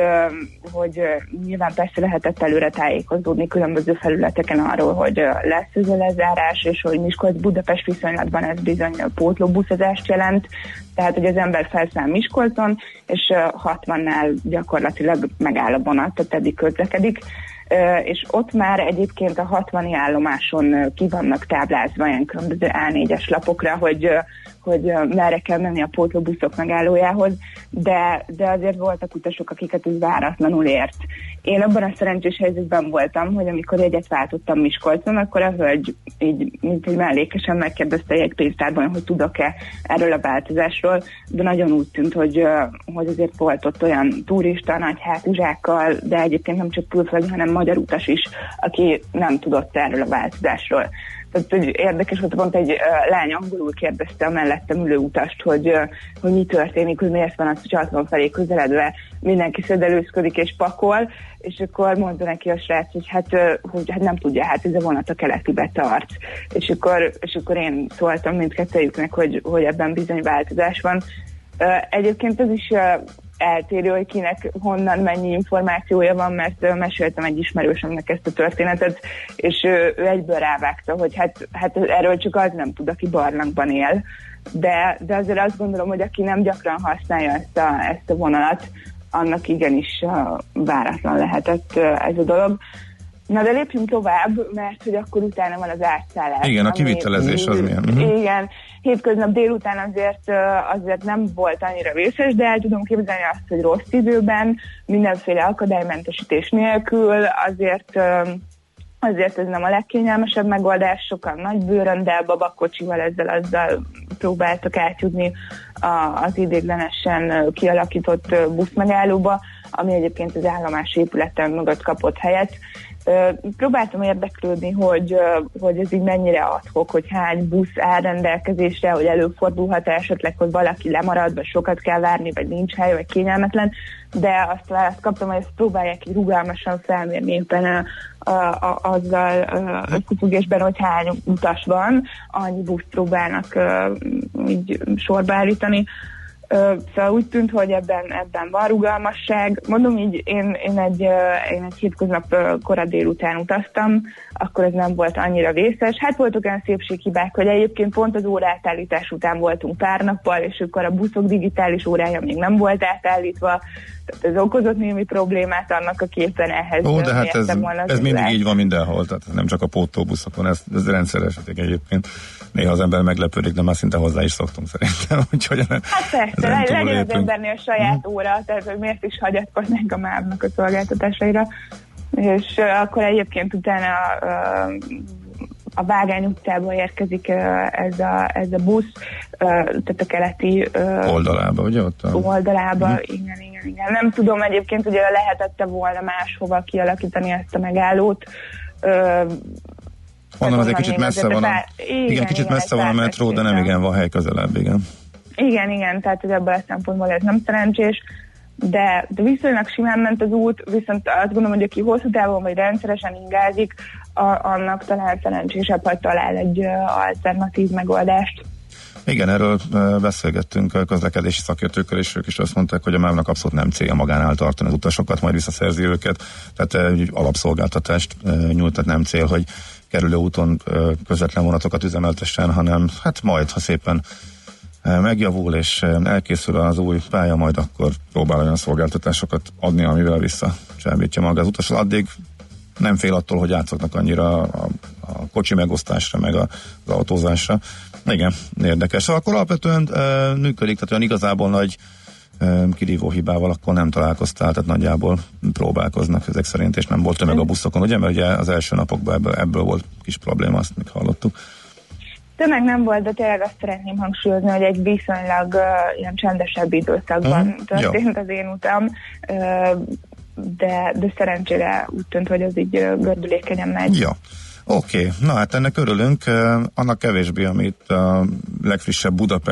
hogy nyilván persze lehetett előre tájékozódni különböző felületeken arról, hogy lesz ez a lezárás, és hogy Miskolc-Budapest viszonylatban ez bizony pótlóbuszozást jelent. Tehát, hogy az ember felszáll Miskolcon, és 60-nál gyakorlatilag megáll a vonat, tehát eddig közlekedik. És ott már egyébként a 60-i állomáson ki vannak táblázva ilyen különböző A4-es lapokra, hogy merre kell menni a pótlóbuszok megállójához, de azért voltak utasok, akiket ez váratlanul ért. Én abban a szerencsés helyzetben voltam, hogy amikor jegyet váltottam Miskolcon, akkor a hölgy így, mint egy mellékesen megkérdezte egy pénztárban, hogy tudok-e erről a változásról, de nagyon úgy tűnt, hogy azért volt ott olyan turista nagy hátizsákkal, de egyébként nem csak külföldi, hanem magyar utas is, aki nem tudott erről a változásról. Tehát hogy érdekes volt, pont egy lány angolul kérdezte a mellettem ülő utast, hogy mi történik, hogy miért van az, hogy 60 felé közeledve mindenki szödelőzködik és pakol, és akkor mondta neki a srác, hogy hát nem tudja, hát ez a vonat a keletibe tart. És akkor én szóltam mindkettőjüknek, hogy ebben bizony változás van. Egyébként ez is eltérő, hogy kinek honnan mennyi információja van, mert meséltem egy ismerősömnek ezt a történetet, és ő egyből rávágta, hogy hát erről csak az nem tud, aki barlangban él. De azért azt gondolom, hogy aki nem gyakran használja ezt a vonalat, annak igenis váratlan lehetett ez a dolog. Na de lépjünk tovább, mert hogy akkor utána van az átszállás. Igen, a kivitelezés az milyen. Igen, hétköznap délután azért nem volt annyira vészes, de el tudom képzelni azt, hogy rossz időben, mindenféle akadálymentesítés nélkül, azért ez nem a legkényelmesebb megoldás, sokan nagy bőröndel, babakocsival azzal próbáltak átjutni az ideiglenesen kialakított buszmegállóba, ami egyébként az állomás épületen mögött kapott helyet. Próbáltam érdeklődni, hogy ez így mennyire adhok, hogy hány busz áll rendelkezésre, hogy előfordulhat esetleg, hogy valaki lemarad, vagy sokat kell várni, vagy nincs hely, vagy kényelmetlen, de azt választ kaptam, hogy ezt próbálják így rugalmasan felmérni éppen azzal összefüggésben, hogy hány utas van, annyi buszt próbálnak így sorba állítani. Szóval úgy tűnt, hogy ebben van rugalmasság. Mondom így, én egy hétköznap korai délután utaztam, akkor ez nem volt annyira vészes. Hát voltak olyan szépséghibák, hogy egyébként pont az óraátállítás után voltunk pár nappal, és akkor a buszok digitális órája még nem volt átállítva, tehát ez okozott némi problémát annak, aki éppen ehhez de hát ez mindig így van mindenhol, tehát nem csak a pótlóbuszokon, ez rendszeres egyébként. Néha az ember meglepődik, de már szinte hozzá is szoktunk szerintem. Úgyhogy hát persze, legyen az embernél saját óra, tehát hogy miért is hagyatkoznánk a MÁV-nak a szolgáltatásaira. És akkor egyébként utána a Vágány utcába érkezik ez a busz, tehát a keleti oldalába, ugye ott? Oldalába, igen. Nem tudom egyébként, hogy lehetette volna máshova kialakítani ezt a megállót. Onnan azért kicsit messze van kicsit messze van a metró, de nem igen van hely közelebb, igen. Igen, tehát hogy ebből a szempontból ez nem szerencsés, de viszonylag simán ment az út, viszont azt gondolom, hogy aki hosszú távon vagy rendszeresen ingázik, annak talán szerencsésebb, hogy talál egy alternatív megoldást. Igen, erről beszélgettünk a közlekedési szakértőkkel, és ők is azt mondták, hogy a MÁV-nak abszolút nem célja magánál tartani az utasokat, majd visszaszerzi őket, tehát egy alapszolgáltatást nyújt, tehát nem cél, hogy kerülő úton közvetlen vonatokat üzemeltessen, hanem hát majd, ha szépen megjavul és elkészül az új pálya, majd akkor próbál olyan szolgáltatásokat adni, amivel visszacsábítja maga az utas. Addig nem fél attól, hogy átszoknak annyira a kocsi megosztásra, meg az autózásra. Igen, érdekes. Szóval akkor alapvetően működik, tehát olyan igazából nagy kirívó hibával, akkor nem találkoztál, tehát nagyjából próbálkoznak ezek szerint, és nem volt tömeg a buszokon, ugye? Mert ugye az első napokban ebből volt kis probléma, azt még hallottuk. Tömeg nem volt, de tényleg azt szeretném hangsúlyozni, hogy egy viszonylag ilyen csendesebb időszakban történt az én utam, de szerencsére úgy tűnt, hogy az így gördülékenyen megy. Ja. Oké, na hát ennek örülünk, annak kevésbé, amit a legfrissebb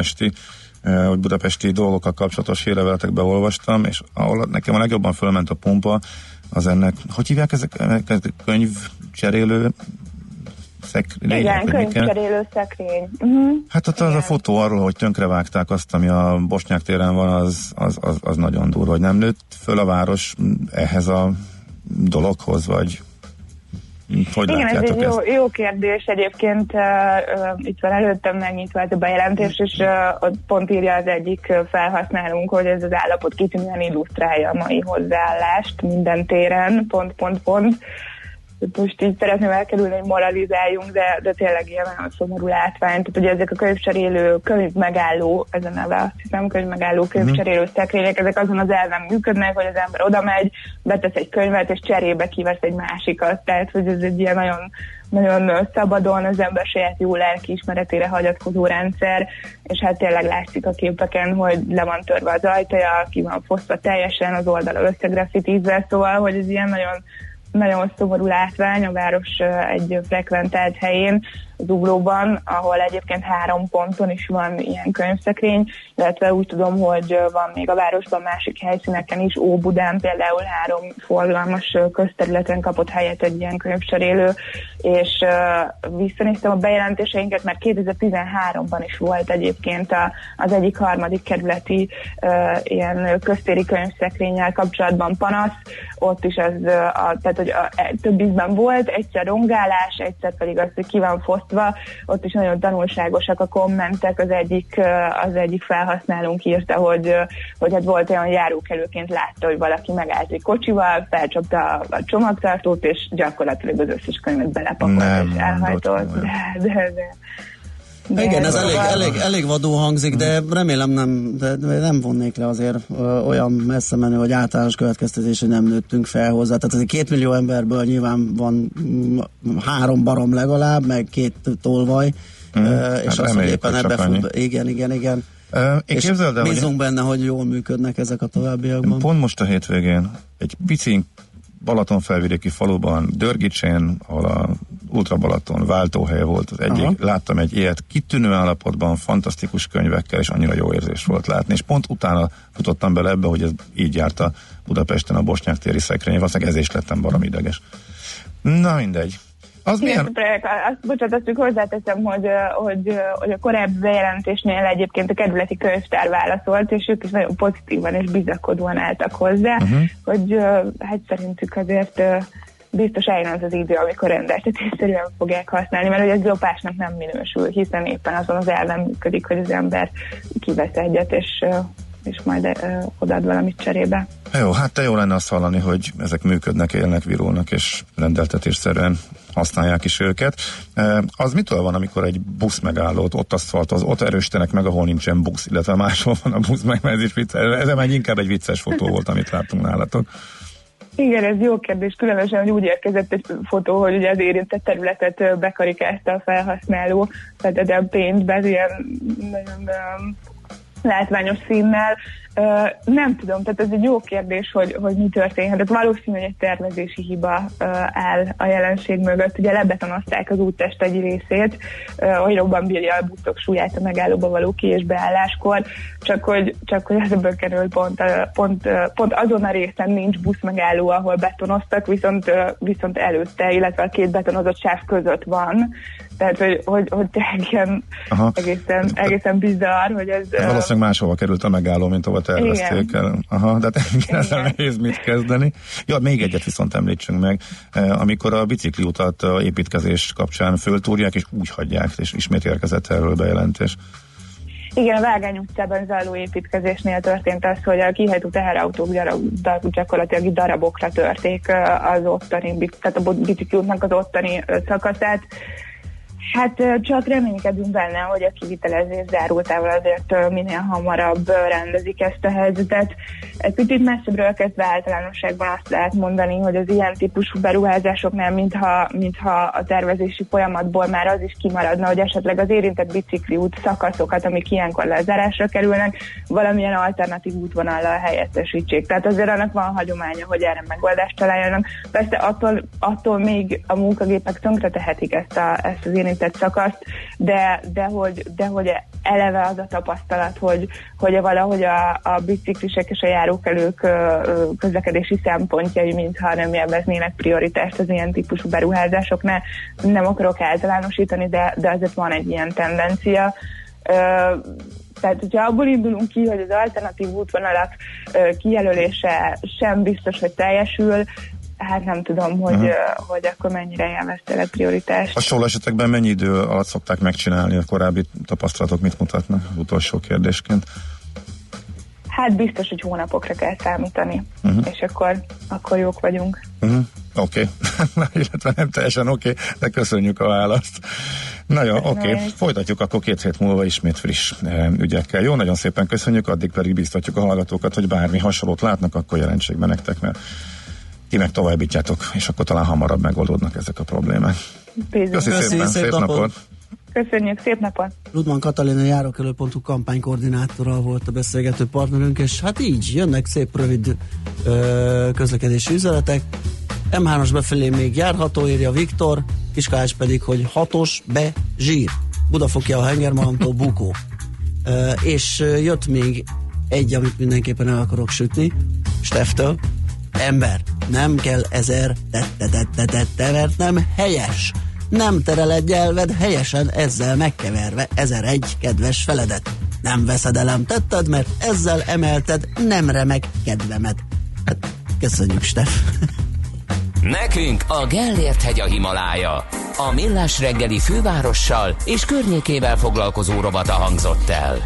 budapesti dolgokkal kapcsolatos hírleveltekbe olvastam, és ahol nekem a legjobban fölment a pumpa, az ennek, hogy hívják ezek könyvcserélő szekrény? Igen, könyvcserélő szekrény. Hát ott az a fotó arról, hogy tönkrevágták azt, ami a Bosnyák téren van, az nagyon durva, hogy nem nőtt föl a város ehhez a dologhoz, vagy hogy igen, ez egy jó kérdés. Egyébként itt van előttem megnyitva ez a bejelentés, és ott pont írja az egyik felhasználónk, hogy ez az állapot kitűnően illusztrálja a mai hozzáállást minden téren, pont. Most így szeretném elkerülni, hogy moralizáljunk, de tényleg ilyen nagyon szomorú látvány. Tehát ugye ezek a könyvmegálló, ez a neve, azt hiszem, könyvcserélő szekrények, ezek azon az elven működnek, hogy az ember oda megy, betesz egy könyvet, és cserébe kivesz egy másikat. Tehát, hogy ez egy ilyen nagyon, nagyon szabadon az ember saját jó lelkiismeretére hagyatkozó rendszer, és hát tényleg látszik a képeken, hogy le van törve az ajtaja, ki van fosztva teljesen, az oldala összegraffitizve, szóval, hogy ez ilyen nagyon szomorú látvány a város egy frekventált helyén, az Uglóban, ahol egyébként 3 ponton is van ilyen könyvszekrény, illetve úgy tudom, hogy van még a városban másik helyszíneken is, Óbudán például 3 forgalmas közterületen kapott helyet egy ilyen könyvcserélő, és visszanéztem a bejelentéseinket, mert 2013-ban is volt egyébként az egyik harmadik kerületi ilyen köztéri könyvszekrénnyel kapcsolatban panasz, ott is az, tehát hogy több ízben volt, egyszer rongálás, egyszer pedig az, hogy ki van fosztva, ott is nagyon tanulságosak a kommentek, az egyik felhasználónk írta, hogy hát volt olyan járókelőként látta, hogy valaki megállt egy kocsival, felcsapta a csomagtartót, és gyakorlatilag az összes könyvet belepakolt és elhajtott. De igen, ez elég vadul hangzik, de remélem nem vonnék le azért olyan messze menő, hogy általános következtetés, hogy nem nőttünk fel hozzá. Tehát azért 2 millió emberből nyilván van 3 barom legalább, meg 2 tolvaj, és azt, hogy éppen ebbe fut. Igen. És bízunk benne, hogy jól működnek ezek a továbbiakban. Pont most a hétvégén egy pici Balatonfelvidéki faluban, Dörgicsén, ahol a Ultra Balaton váltóhely volt az egyik, láttam egy ilyet kitűnő állapotban, fantasztikus könyvekkel, és annyira jó érzés volt látni, és pont utána futottam bele ebbe, hogy ez így járt a Budapesten a Bosnyák téri szekrény, valószínűleg ezért lettem baromi ideges. Na mindegy. Az milyen? Azt hozzáteszem, hogy a korábbi bejelentésnél egyébként a kerületi könyvtár válaszolt, és ők is nagyon pozitívan és bizakodóan álltak hozzá, hogy hát szerintük azért biztos eljön az idő, amikor rendeltetésszerűen fogják használni, mert ez lopásnak nem minősül, hiszen éppen azon az elven működik, hogy az ember kivesz egyet, és majd odaad valamit cserébe. Jó, hát jó lenne azt hallani, hogy ezek működnek, élnek, virulnak, és rendeltetésszerűen használják is őket. Az mitől van, amikor egy busz megállót ott aszfaltoz, ott erősítenek meg, ahol nincsen busz, illetve máshol van a busz, meg ez is vicces. Ez már inkább egy vicces fotó volt, amit láttunk nálatok. Igen, ez jó kérdés, különösen, hogy úgy érkezett egy fotó, hogy ugye az érintett területet bekarikázta a felhasználó, tehát a pénzbe, ilyen nagyon látványos színnel. Nem tudom, tehát ez egy jó kérdés, hogy mi történhet. Tehát valószínű, hogy egy tervezési hiba áll a jelenség mögött. Ugye lebetonozták az úttest egy részét, hogy jobban bírja a buszok súlyát a megállóba való ki- és beálláskor, csak hogy az ebből kerül pont azon a részen nincs busz megálló, ahol betonoztak, viszont előtte, illetve a 2 betonozott sáv között van. Tehát, hogy tényleg ilyen egészen bizarr, hogy ez... Valószínűleg máshova került a megálló, mint ahova tervezték el. De ezzel nehéz mit kezdeni. Ja, még egyet viszont említsünk meg. Amikor a bicikliutat építkezés kapcsán föltúrják, és úgy hagyják, és ismét érkezett erről bejelentés. Igen, a Vágány utcában zajló építkezésnél történt az, hogy a kihajtó teherautók gyakorlatilag darabokra törték az ottani, tehát a bicikliútnak az ottani szakaszát, Hát csak reménykedünk benne, hogy a kivitelezés zárultával azért minél hamarabb rendezik ezt a helyzetet. Egy picit messzebbről kezdve általánosságban azt lehet mondani, hogy az ilyen típusú beruházásoknál, mintha a tervezési folyamatból már az is kimaradna, hogy esetleg az érintett bicikliút szakaszokat, amik ilyenkor lezárásra kerülnek, valamilyen alternatív útvonallal helyettesítsék. Tehát azért annak van hagyománya, hogy erre megoldást találjanak. Persze attól még a munkagépek tönkretehetik ezt az érintett szakaszt, de hogy eleve az a tapasztalat, hogy valahogy a biciklisek és a járókelők közlekedési szempontjai mintha nem élveznének prioritást az ilyen típusú beruházásoknál. Nem akarok általánosítani, de azért van egy ilyen tendencia. Tehát, hogyha abból indulunk ki, hogy az alternatív útvonalak kijelölése sem biztos, hogy teljesül, hát nem tudom, hogy akkor mennyire élvezte prioritást. Hasonló esetekben mennyi idő alatt szokták megcsinálni? A korábbi tapasztalatok mit mutatnak? Utolsó kérdésként. Hát biztos, hogy hónapokra kell számítani, és akkor jók vagyunk. Oké. Illetve nem teljesen oké, de köszönjük a választ. Na jó, oké. Folytatjuk akkor 2 hét múlva ismét friss ügyekkel. Jó, nagyon szépen köszönjük, addig pedig biztatjuk a hallgatókat, hogy bármi hasonlót látnak, akkor jelentsék be nektek, mert ti meg továbbítjátok, és akkor talán hamarabb megoldódnak ezek a problémák. Köszönjük szépen, szép napot! Köszönjük, szép napot! Ludman Katalin, a járókelő.hu kampánykoordinátora volt a beszélgető partnerünk, és hát így jönnek szép rövid közlekedési üzenetek. M3-as befelé még járható, írja Viktor, Kiskás pedig, hogy 6-os be zsír. Budafokja a Hengermalomtól Bukó. És jött még egy, amit mindenképpen el akarok sütni, Steftől. Ember, nem kell 1000 mert nem helyes. Nem tereled nyelved helyesen ezzel megkeverve 1001 kedves feledet. Nem veszedelem tetted, mert ezzel emelted nem remek kedvemet. Hát, köszönjük, Steff. Nekünk a Gellért-hegy a Himalája. A Millás reggeli fővárossal és környékével foglalkozó rovata hangzott el.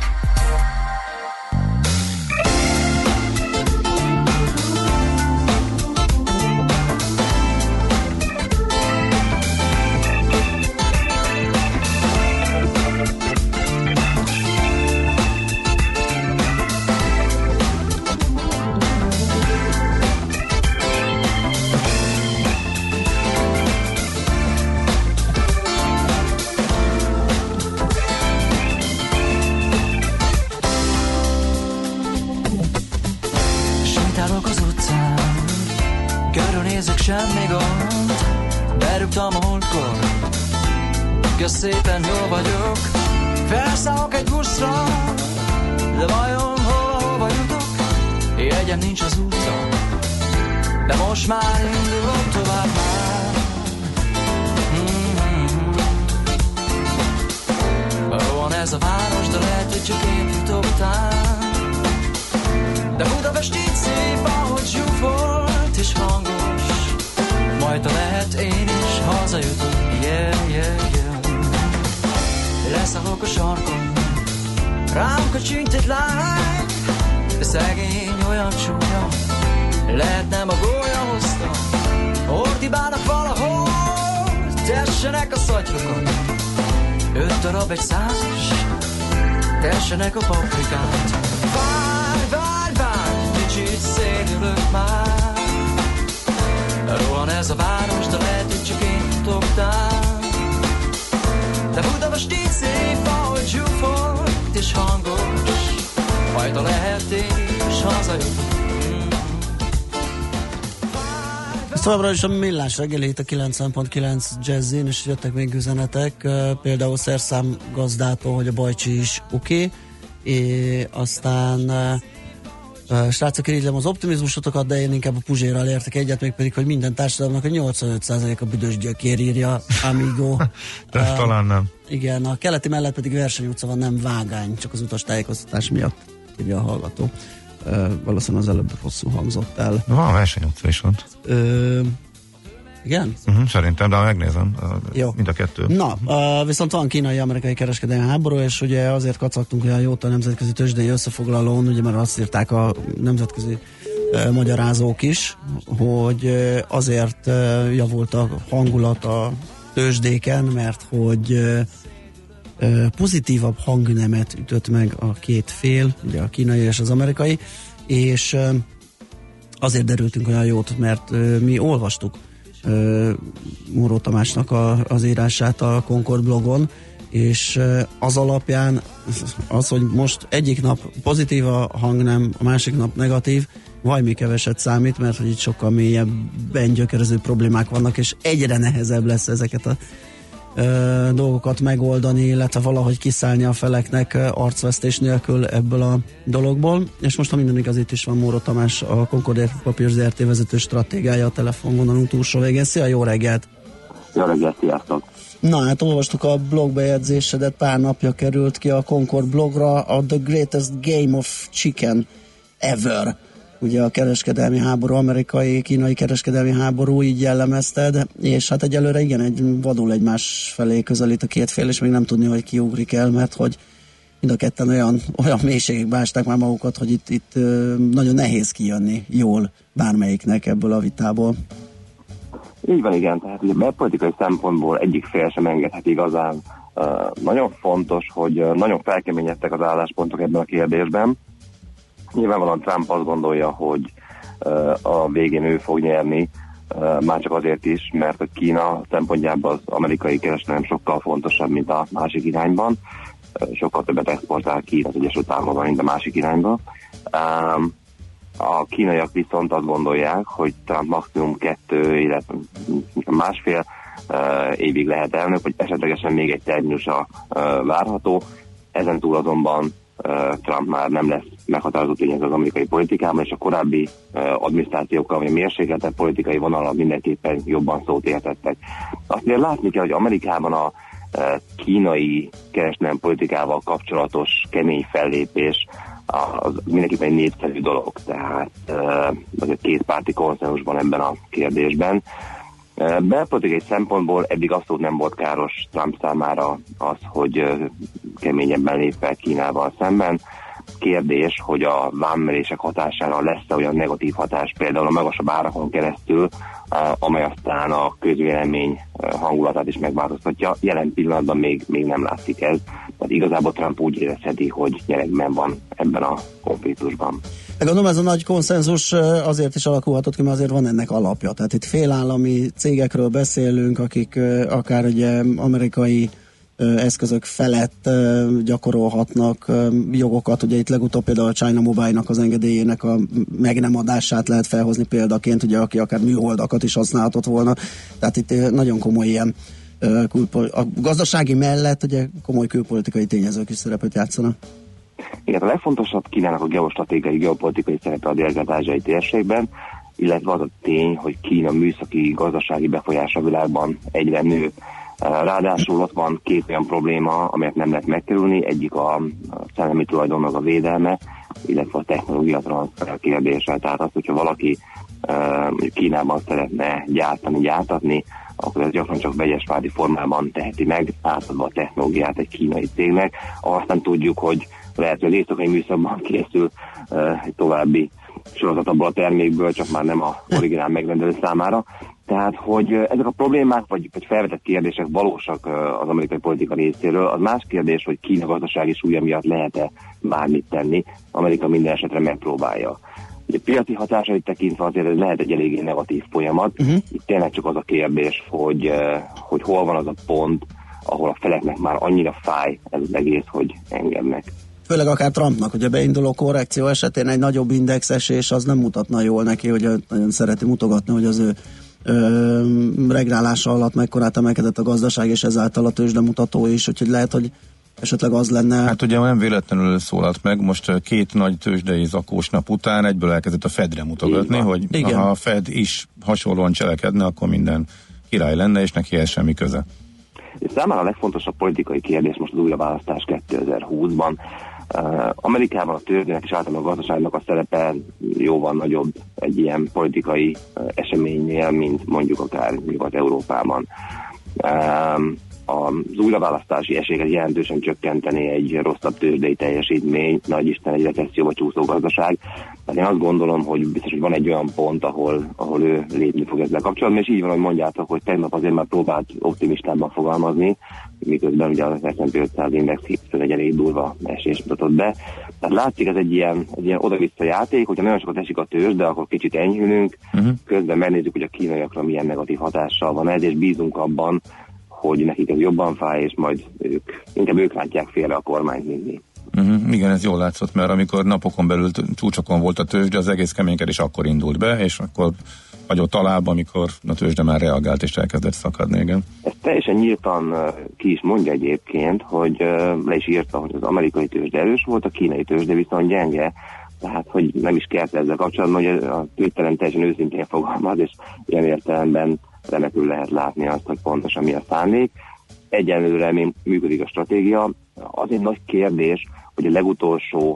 Semmi gond, berúgtam a múltkor. Kösz szépen, jól vagyok. Felszállok egy buszra, de vajon hova jutok? Jegyem nincs az útra, de most már indulok tovább már. Van ez a város, de lehet, hogy csak én futok után. De Budapest így szép, ahogy zsúfolt és hangos. Majd ha lehet, én is hazajutok. Leszállok a sarkon, rám kacsint egy lány, de szegény olyan csúnya, lehet nem a gólya hozta. Ordibálnak valahol, tessenek a szatyrokon. 5 darab egy 100-as, tessenek a paprikát. Várj, kicsit szédülök már. Rohan ez a város, de lehet, hogy csak én futok után. De Budapest így szép, ahogy zsúfolt és hangos. Majd ha lehet, én is hazajutok. Ez továbbra is a Millás reggeli itt a 90.9 Jazzin, és jöttek még üzenetek, például Szerszám gazdától, hogy a Bajcsi is oké. Aztán srácok, irigylem az optimizmusotokat, de én inkább a Puzsérral értek egyet, még pedig, hogy minden társadalomnak a 85% a büdös gyökér, írja Amigo. De talán nem. Igen, a keleti mellett pedig versenyutca van, nem vágány, csak az utastájékoztatás miatt, írja a hallgató. Valószínűleg az előbb rosszul hangzott el. Van versenyutca is ott. Igen? Szerintem, de megnézem. Jó. Mind a kettő. Na, viszont van kínai-amerikai kereskedelmi háború, és ugye azért kacagtunk olyan jót a nemzetközi tőzsdei összefoglalón, ugye mert azt írták a nemzetközi magyarázók is, hogy azért javult a hangulat a tőzsdéken, mert hogy pozitívabb hangnemet ütött meg a két fél, ugye a kínai és az amerikai, és azért derültünk olyan jót, mert mi olvastuk Móró Tamásnak az írását a Concord blogon, és az alapján az, hogy most egyik nap pozitív a hangnem, a másik nap negatív, vajmi keveset számít, mert hogy itt sokkal mélyebben gyökerező problémák vannak, és egyre nehezebb lesz ezeket a dolgokat megoldani, illetve valahogy kiszállni a feleknek arcvesztés nélkül ebből a dologból. És most, ha minden igaz, itt is van Móró Tamás, a Concord Papír Zrt. Vezető stratégája a telefonvonalunk túlsó végén. Szia, jó reggelt! Jó reggelt, sziasztok! Na, hát olvastuk a blogbejegyzésedet, pár napja került ki a Concord blogra a The Greatest Game of Chicken Ever. Ugye a kereskedelmi háború, amerikai-kínai kereskedelmi háború, így jellemezted, és hát egyelőre igen, vadul egymás felé közelít a két fél, és még nem tudni, hogy ki ugrik el, mert hogy mind a ketten olyan mélységekbe ásták már magukat, hogy itt nagyon nehéz kijönni jól bármelyiknek ebből a vitából. Így van, igen, tehát ugye belpolitikai szempontból egyik fél sem engedhet igazán. Nagyon fontos, hogy nagyon felkeményedtek az álláspontok ebben a kérdésben. Nyilvánvalóan Trump azt gondolja, hogy a végén ő fog nyerni, már csak azért is, mert a Kína szempontjában az amerikai kereskedelem sokkal fontosabb, mint a másik irányban. Sokkal többet exportál Kína az Egyesült Államokban, mint a másik irányban. A kínaiak viszont azt gondolják, hogy Trump maximum 2, illetve másfél évig lehet elnök, hogy esetlegesen még egy terminusa várható. Ezen túl azonban Trump már nem lesz meghatározó tényező az amerikai politikában, és a korábbi adminisztrációkkal, vagy a mérsékeltebb politikai vonalon mindenképpen jobban szót értettek. Azt ugye látni kell, hogy Amerikában a kínai kereskedelmi politikával kapcsolatos kemény fellépés az mindenképpen egy népszerű dolog, tehát azért kétpárti konszenzusban ebben a kérdésben. Belpolitikai szempontból eddig abszolút nem volt káros Trump számára az, hogy keményebben lép fel Kínával szemben. Kérdés, hogy a vámemelések hatására lesz olyan negatív hatás, például a magasabb árakon keresztül, amely aztán a közvélemény hangulatát is megváltoztatja. Jelen pillanatban még nem látszik ez. Tehát igazából Trump úgy érezheti, hogy nyeregben van ebben a konfliktusban. Gondolom, ez a nagy konszenzus azért is alakulhatott ki, mert azért van ennek alapja. Tehát itt félállami cégekről beszélünk, akik akár ugye amerikai eszközök felett gyakorolhatnak jogokat. Ugye itt legutóbb például a China Mobile-nak az engedélyének a meg nem adását lehet felhozni példaként, ugye aki akár műholdakat is használhatott volna. Tehát itt nagyon komoly ilyen a gazdasági mellett ugye komoly külpolitikai tényezők is szerepet játszanak. Igen, a legfontosabb Kínának a geostratégiai, geopolitikai szerepe a dél-kelet-ázsiai térségben, illetve az a tény, hogy Kína műszaki, gazdasági befolyása a világban egyre nő. Ráadásul ott van két olyan probléma, amelyet nem lehet megkerülni. Egyik a szellemi tulajdonnak a védelme, illetve a technológia transfer kérdése. Tehát az, hogyha valaki Kínában szeretne gyártatni, akkor ez gyakran csak vegyesvádi formában teheti meg, átadva a technológiát egy kínai cégnek. Azt nem tudjuk, hogy lehet, hogy az éjszakai műszakban készül egy további sorozat abból a termékből, csak már nem a originál megrendelő számára. Tehát, hogy ezek a problémák, vagy felvetett kérdések valósak az amerikai politika részéről, az más kérdés, hogy Kína gazdasági súlya miatt lehet-e bármit tenni. Amerika minden esetre megpróbálja. Ugye piaci hatásait tekintve azért ez lehet egy eléggé negatív folyamat. Itt tényleg csak az a kérdés, hogy hol van az a pont, ahol a feleknek már annyira fáj ez az egész, hogy engednek. Főleg akár Trumpnak, hogy a beinduló korrekció esetén egy nagyobb indexesés az nem mutatna jól neki, hogy nagyon szereti mutogatni, hogy az ő regrálása alatt mekkorát emelkedett a gazdaság, és ezáltal a tőzsdemutató is, úgyhogy lehet, hogy esetleg az lenne... Hát ugye nem véletlenül szólalt meg, most két nagy tőzsdei zakós nap után egyből elkezdett a Fedre mutogatni, hogy ha a Fed is hasonlóan cselekedne, akkor minden király lenne, és neki ez semmi köze. Számára a legfontosabb politikai kérdés most az újraválasztás 2020-ban. Amerikában a tőzsdének és általában a gazdaságnak a szerepe jóval nagyobb egy ilyen politikai eseménynél, mint mondjuk akár Nyugat-Európában. Az újraválasztási esélyeket jelentősen csökkenteni egy rosszabb tőzsdei teljesítmény, nagy Isten egy recesszióba csúszó gazdaság. Tehát én azt gondolom, hogy biztos, hogy van egy olyan pont, ahol ő lépni fog ezzel kapcsolatban, és így van, hogy mondjátok, hogy tegnap azért már próbált optimistában fogalmazni, miközben ugye az S&P 500 index hétfőn egy elég durva esést mutatott be. Tehát látszik, ez egy ilyen oda-vissza játék, hogyha nagyon sokat esik a tőzs, de akkor kicsit enyhülünk, közben megnézzük, hogy a kínaiakra milyen negatív hatással van ez, és bízunk abban, hogy nekik ez jobban fáj, és majd inkább ők látják félre a kormányt mindig. Igen, ez jól látszott, mert amikor napokon belül csúcsokon volt a tőzsde, az egész keménykedés akkor indult be, és akkor hagyott alább, amikor a tőzsde már reagált és elkezdett szakadni, igen. Ezt teljesen nyíltan ki is mondja egyébként, hogy le is írta, hogy az amerikai tőzsde erős volt, a kínai tőzsde viszont gyenge, tehát hogy nem is kért ezzel kapcsolatban, hogy a Twitteren teljesen őszintén fogalmaz, és ilyen értelemben remekül lehet látni azt, hogy pontosan mi a szándék. Egyenlőre működik a stratégia. Az egy nagy kérdés, hogy a legutolsó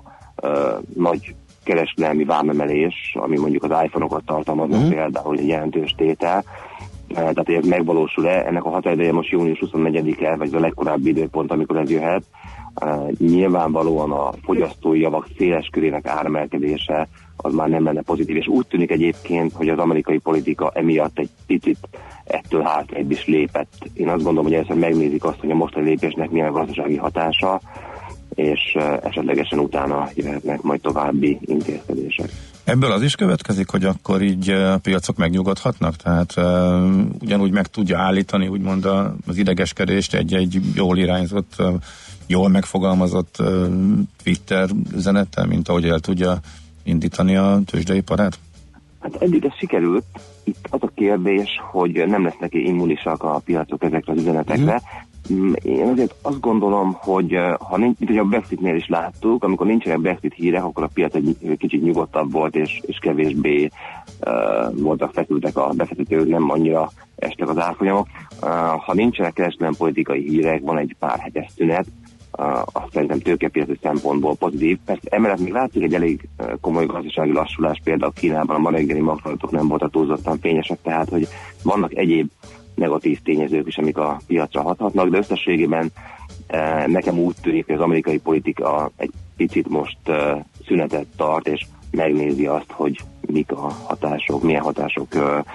nagy kereskedelmi vámemelés, ami mondjuk az iPhone-okat tartalmaznak például egy jelentős tétel, tehát ez megvalósul-e, ennek a határideje most június 24-e, vagy az a legkorábbi időpont, amikor ez jöhet. Nyilvánvalóan a fogyasztói javak széles körének áremelkedése az már nem lenne pozitív, és úgy tűnik egyébként, hogy az amerikai politika emiatt egy picit ettől hátrébb is lépett. Én azt gondolom, hogy először megnézik azt, hogy a mostani lépésnek milyen a gazdasági hatása, és esetlegesen utána jöhetnek majd további intézkedések. Ebből az is következik, hogy akkor így a piacok megnyugodhatnak? Tehát ugyanúgy meg tudja állítani úgymond az idegeskedést egy jól irányzott, jól megfogalmazott Twitter üzenettel, mint ahogy el tudja indítani a tőzsdeiparát? Hát eddig ez sikerült. Itt az a kérdés, hogy nem lesznek immunisak a piacok ezekre az üzenetekre. Én azért azt gondolom, hogy ha nincs, mint hogy a Brexitnél is láttuk, amikor nincsenek Brexit hírek, akkor a piac egy kicsit nyugodtabb volt, és kevésbé voltak feszültek a befektetők, nem annyira estek az árfolyamok. Ha nincsenek kereskedelmi politikai hírek, van egy pár hetes szünet, azt szerintem tőkepiaci szempontból pozitív. Persze emellett még látszik egy elég komoly gazdasági lassulás, például Kínában a ma reggeli makroadatok nem voltak túlzottan fényesek, tehát hogy vannak egyéb negatív tényezők is, amik a piacra hathatnak, de összességében nekem úgy tűnik, hogy az amerikai politika egy picit most szünetet tart, és megnézi azt, hogy mik a hatások, milyen hatások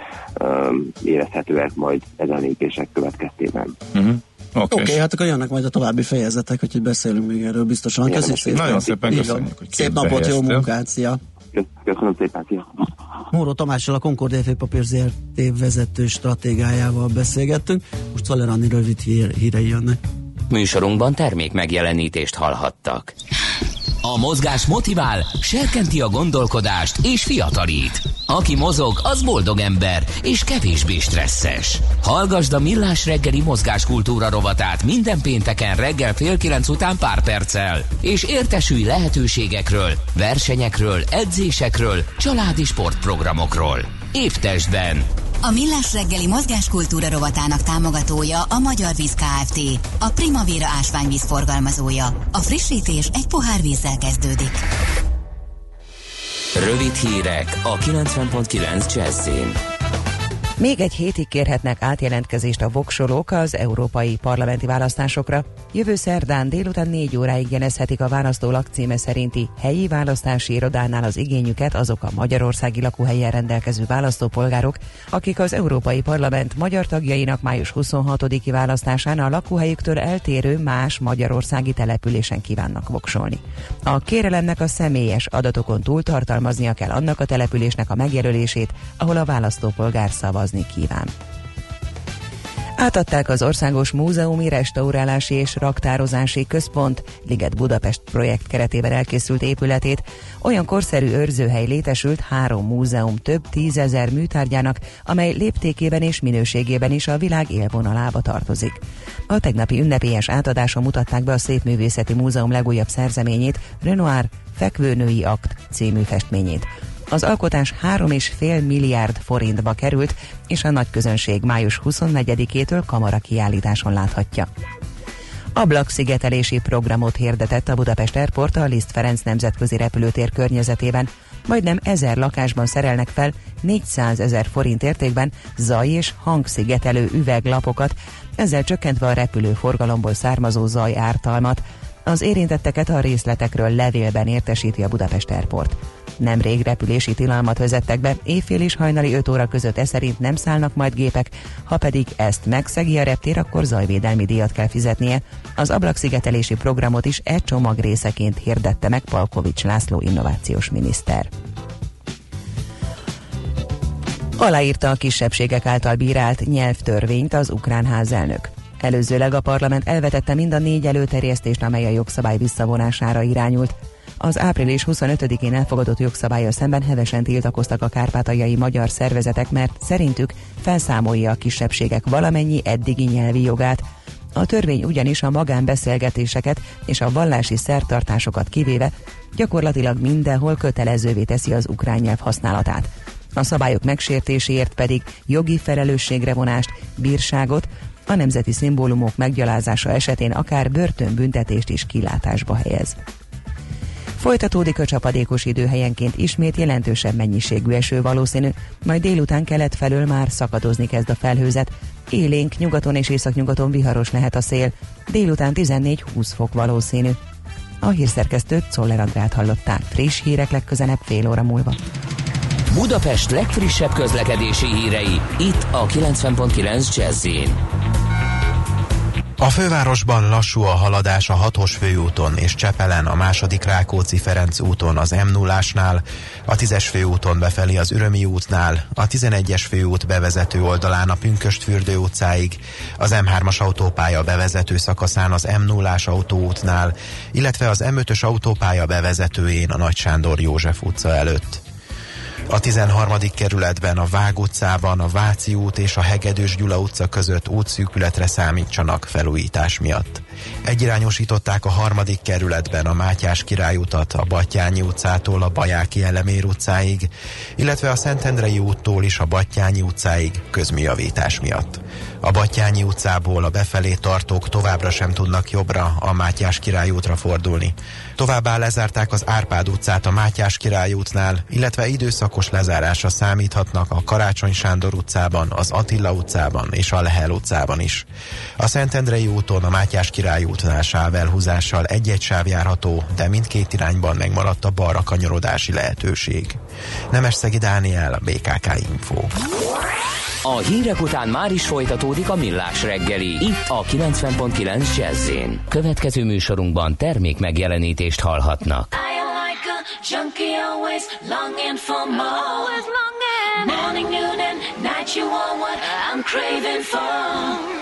érezhetőek majd ezen lépések következtében. Oké, hát akkor jönnek majd a további fejezetek, hogy beszélünk még erről biztosan. Köszönjük. Nagyon szépen köszönjük, hogy szép napot, jó munkát, szia! Köszönöm szépen, szia! Móró Tamással, a Concord Értékpapír Zrt. Vezető stratégájával beszélgettünk. Most Szoller Anni rövid hírei jönnek. Műsorunkban termék megjelenítést hallhattak. A mozgás motivál, serkenti a gondolkodást és fiatalít. Aki mozog, az boldog ember és kevésbé stresszes. Hallgasd a Millás reggeli mozgáskultúra rovatát minden pénteken reggel 8:30 után pár perccel, és értesülj lehetőségekről, versenyekről, edzésekről, családi sportprogramokról. Épp testben. A Millás reggeli mozgáskultúra rovatának támogatója a Magyar Víz Kft. A Primavera ásványvíz forgalmazója. A frissítés egy pohár vízzel kezdődik. Rövid hírek a 90.9 Jazzin. Még egy hétig kérhetnek átjelentkezést a voksolók az európai parlamenti választásokra. Jövő szerdán délután 4 óráig jelezhetik a választó lakcíme szerinti helyi választási irodánál az igényüket azok a magyarországi lakóhelyen rendelkező választópolgárok, akik az Európai Parlament magyar tagjainak május 26-i választásán a lakóhelyüktől eltérő más magyarországi településen kívánnak voksolni. A kérelemnek a személyes adatokon túl tartalmaznia kell annak a településnek a megjelölését, ahol a választópolgár szavaz kíván. Átadták az Országos Múzeumi Restaurálási és Raktározási Központ Liget Budapest projekt keretében elkészült épületét. Olyan korszerű őrzőhely létesült 3 múzeum több 10 000 műtárgyának, amely léptékében és minőségében is a világ élvonalába tartozik. A tegnapi ünnepélyes átadáson mutatták be a Szépművészeti Múzeum legújabb szerzeményét, Renoir Fekvőnői Akt című festményét. Az alkotás 3,5 milliárd forintba került, és a nagy közönség május 24-től kamara kiállításon láthatja. Ablakszigetelési programot hirdetett a Budapest Airport a Liszt Ferenc nemzetközi repülőtér környezetében. Majdnem 1000 lakásban szerelnek fel 400 000 forint értékben zaj- és hangszigetelő üveglapokat, ezzel csökkentve a repülőforgalomból származó zaj ártalmat. Az érintetteket a részletekről levélben értesíti a Budapest Airport. Nemrég repülési tilalmat vezettek be, éjfél és hajnali 5 óra között eszerint nem szállnak majd gépek, ha pedig ezt megszegi a reptér, akkor zajvédelmi díjat kell fizetnie. Az ablakszigetelési programot is csomag részeként hirdette meg Palkovics László innovációs miniszter. Aláírta a kisebbségek által bírált nyelvtörvényt az ukrán házelnök. Előzőleg a parlament elvetette mind a 4 előterjesztést, amely a jogszabály visszavonására irányult. Az április 25-én elfogadott jogszabállyal szemben hevesen tiltakoztak a kárpátaljai magyar szervezetek, mert szerintük felszámolja a kisebbségek valamennyi eddigi nyelvi jogát. A törvény ugyanis a magánbeszélgetéseket és a vallási szertartásokat kivéve gyakorlatilag mindenhol kötelezővé teszi az ukrán nyelv használatát. A szabályok megsértéséért pedig jogi felelősségre vonást, bírságot, a nemzeti szimbólumok meggyalázása esetén akár börtönbüntetést is kilátásba helyez. Folytatódik a csapadékos idő, helyenként ismét jelentősebb mennyiségű eső valószínű, majd délután kelet felől már szakadozni kezd a felhőzet. Élénk nyugaton és északnyugaton viharos lehet a szél, délután 14-20 fok valószínű. A hírszerkesztőt, Czoller Andrát hallották. Friss hírek legközelebb fél óra múlva. Budapest legfrissebb közlekedési hírei, itt a 90.9 Jazz-in. A fővárosban lassú a haladás a 6-os főúton és Csepelen a második Rákóczi-Ferenc úton az M0-ásnál, a 10-es főúton befelé az Ürömi útnál, a 11-es főút bevezető oldalán a Pünkösdfürdő utcáig, az M3-as autópálya bevezető szakaszán az M0-ás autóútnál, illetve az M5-ös autópálya bevezetőjén a Nagy Sándor József utca előtt. A 13. kerületben a Vág utcában a Váci út és a Hegedűs Gyula utca között útszűkületre számítsanak felújítás miatt. Egyirányosították a 3. kerületben a Mátyás Király utat a Battyányi utcától a Bajáki Elemér utcáig, illetve a Szentendrei úttól is a Battyányi utcáig közműjavítás miatt. A Battyányi utcából a befelé tartók továbbra sem tudnak jobbra a Mátyás Király útra fordulni. Továbbá lezárták az Árpád utcát a Mátyás Király útnál, illetve időszakos lezárásra számíthatnak a Karácsony Sándor utcában, az Attila utcában és a Lehel utcában is. A Szentendrei úton a Mátyás Király útnál sávelhúzással egy-egy sáv járható, de mindkét irányban megmaradt a balra kanyarodási lehetőség. Nemesszegi Dániel, BKK Info. A hírek után már is folytatódik a Millás reggeli, itt a 90.9 Jazz-in. Következő műsorunkban termék megjelenítést hallhatnak. Junkie always longing for more. Morning, noon and night you are what I'm craving for.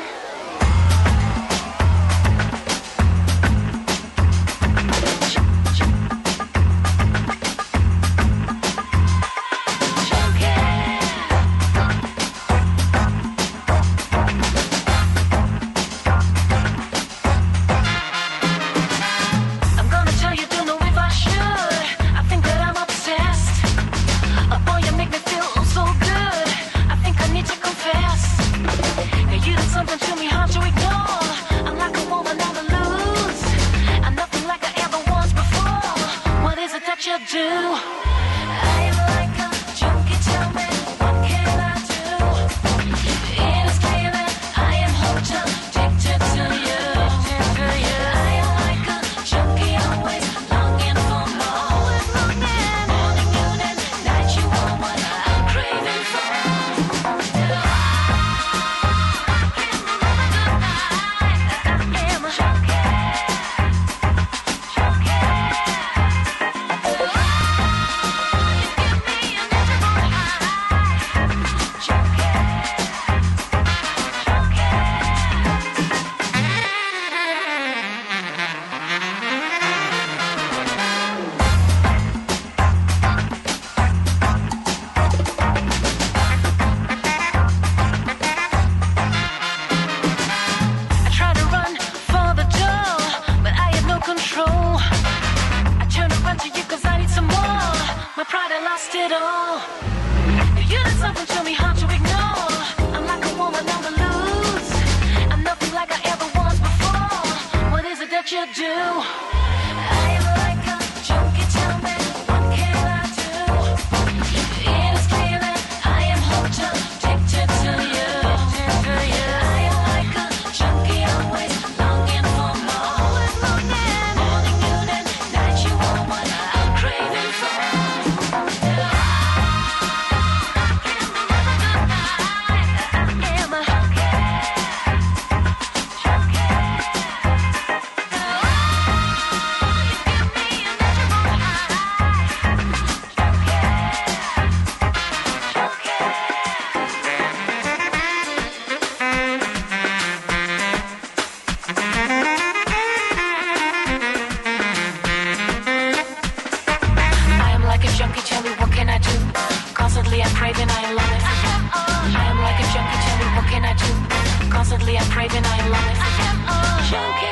constantly I'm craving, I am longing for junkie.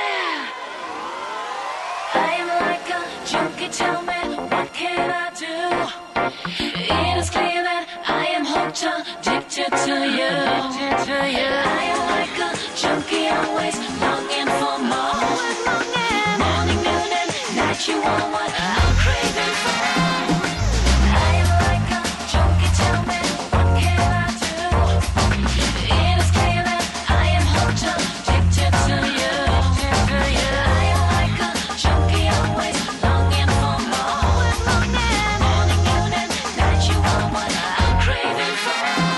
I am like a junkie, tell me what can I do? It is clear that I am hooked, addicted to you. I am like a junkie, always longing for more. Morning, noon and night, you are what I'm craving for. I am like a junkie, tell me what can I do? It is clear that I am hooked, addicted to you. I am like a junkie, always longing for more. Morning, noon and night, you are what I'm craving for.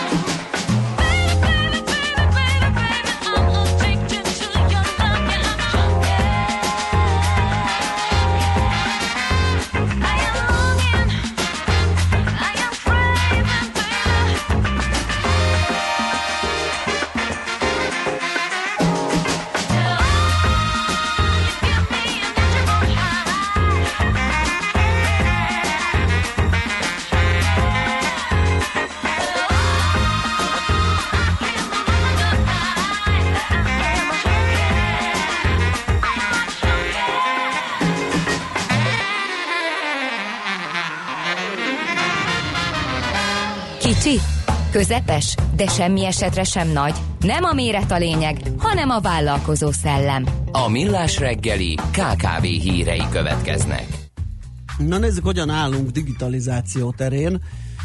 Kicsi, közepes, de semmi esetre sem nagy. Nem a méret a lényeg, hanem a vállalkozó szellem. A Millás reggeli KKV hírei következnek. Na nézzük, hogyan állunk digitalizáció terén.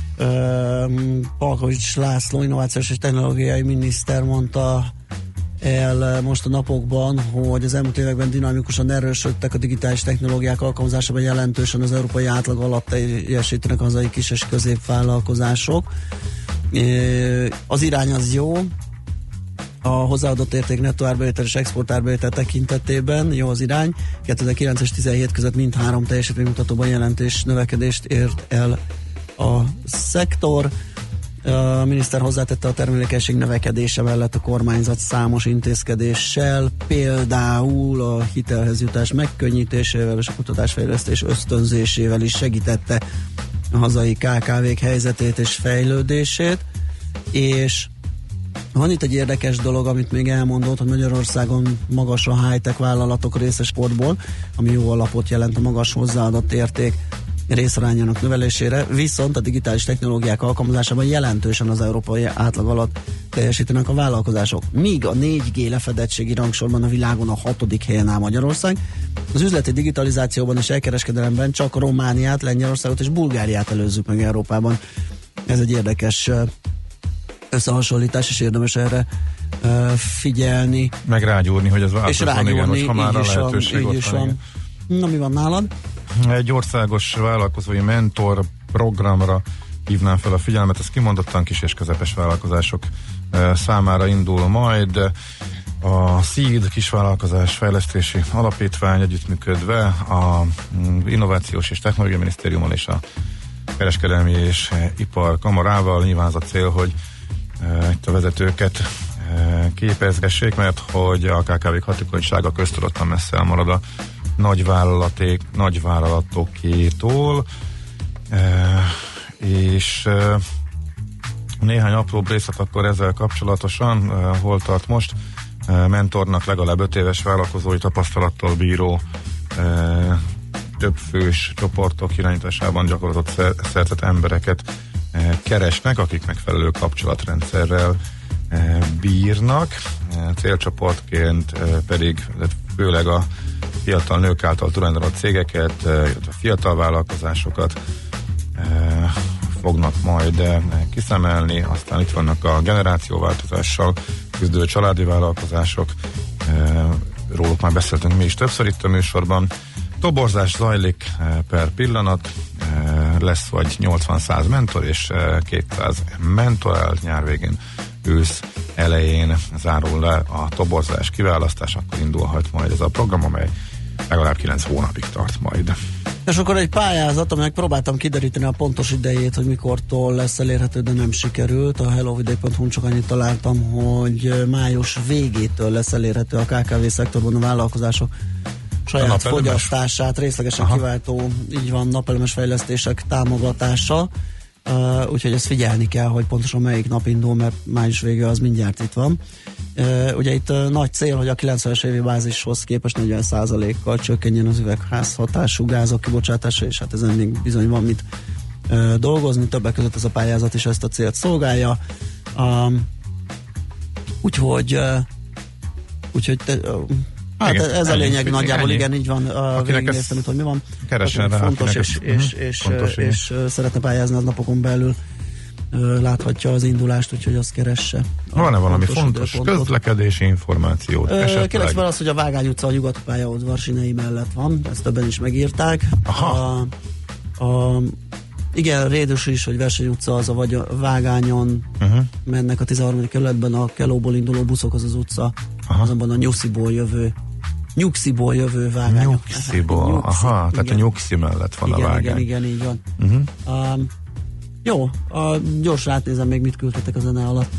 Palkovics László, innovációs és technológiai miniszter mondta el most a napokban, hogy az elmúlt években dinamikusan erősödtek a digitális technológiák alkalmazásában, jelentősen az európai átlag alatt teljesítenek hazai kis- és középvállalkozások. Az irány az jó, a hozzáadott érték nettó árbevétel és export árbevétel tekintetében jó az irány. 2009 és 17 között mindhárom teljesítménymutatóban jelentős növekedést ért el a szektor. A miniszter hozzátette, a termelékenység növekedése mellett a kormányzat számos intézkedéssel, például a hitelhez jutás megkönnyítésével és a kutatásfejlesztés ösztönzésével is segítette a hazai KKV-k helyzetét és fejlődését, és van itt egy érdekes dolog, amit még elmondott, hogy Magyarországon magas a high-tech vállalatok részesportból, ami jó alapot jelent a magas hozzáadott érték részarányának növelésére, viszont a digitális technológiák alkalmazásában jelentősen az európai átlag alatt teljesítenek a vállalkozások. Míg a 4G lefedettségi rangsorban a világon a 6. helyen áll Magyarország, az üzleti digitalizációban és elkereskedelemben csak Romániát, Lengyelországot és Bulgáriát előzzük meg Európában. Ez egy érdekes összehasonlítás, és érdemes erre figyelni. Meg rágyúrni, hogy ez változson, igen, hogy ha már a lehetőség ott van. Na, mi van nálad? Egy országos vállalkozói mentor programra hívnám fel a figyelmet, ez kimondottan kis és közepes vállalkozások számára indul majd. A SEED kisvállalkozás fejlesztési alapítvány együttműködve a Innovációs és Technológiai Minisztériummal és a Kereskedelmi és Iparkamarával. Nyilván az a cél, hogy itt a vezetőket képezgessék, mert hogy a KKV-k hatékonysága köztudottan messze elmarad a nagyvállalatokétól, és néhány apró részlet akkor ezzel kapcsolatosan, hol tart most. Mentornak legalább 5 éves vállalkozói tapasztalattal bíró több fős csoportok irányításában gyakorozott szerzett embereket keresnek, akik megfelelő kapcsolatrendszerrel bírnak. Célcsoportként pedig főleg a fiatal nők által tulajdonolt cégeket, illetve fiatal vállalkozásokat fognak majd kiszemelni. Aztán itt vannak a generációváltozással küzdő családi vállalkozások, róluk már beszéltünk mi is többször itt a műsorban. Toborzás zajlik per pillanat, lesz vagy 80-100 mentor és 200 mentorált. Nyár végén, ősz elején zárul le a toborzás kiválasztás, akkor indulhat majd ez a program, amely legalább 9 hónapig tart majd. És akkor egy pályázat, aminek próbáltam kideríteni a pontos idejét, hogy mikortól lesz elérhető, de nem sikerült. A hellovideo.hu-n csak annyit találtam, hogy május végétől lesz elérhető a KKV szektorban a vállalkozások saját fogyasztását részlegesen kiváltó, így van, napelemes fejlesztések támogatása. Úgyhogy ezt figyelni kell, hogy pontosan melyik nap indul, mert május vége az mindjárt itt van. Ugye itt nagy cél, hogy a 90-es évi bázishoz képest 40%-kal csökkenjen az üvegházhatású gázok kibocsátása, és hát ezen még bizony van mit dolgozni, többek között ez a pályázat is ezt a célt szolgálja. Úgyhogy hát igen, ez a lényeg nagyjából, igen, így van. Végignéztem itt, hogy mi van. Keressen rá. Fontos, és szeretne pályázni az napokon belül. Láthatja az indulást, úgyhogy azt keresse. Van-e valami fontos közlekedési információt? Kérlek fel az, hogy a Vágány utca a nyugati pályaudvar sinei mellett van, ezt többen is megírták. Igen, Rédös is, hogy Verseny utca az a Vágányon mennek a 13. kerületben, a Kelóból induló buszok az utca, azonban a Nyugsziból jövő Vágányon. Nyugsziból, tehát a Nyugszi mellett van a Vágány. Igen, így van. Jó, gyorsan átnézem még mit küldtetek a zene alatt.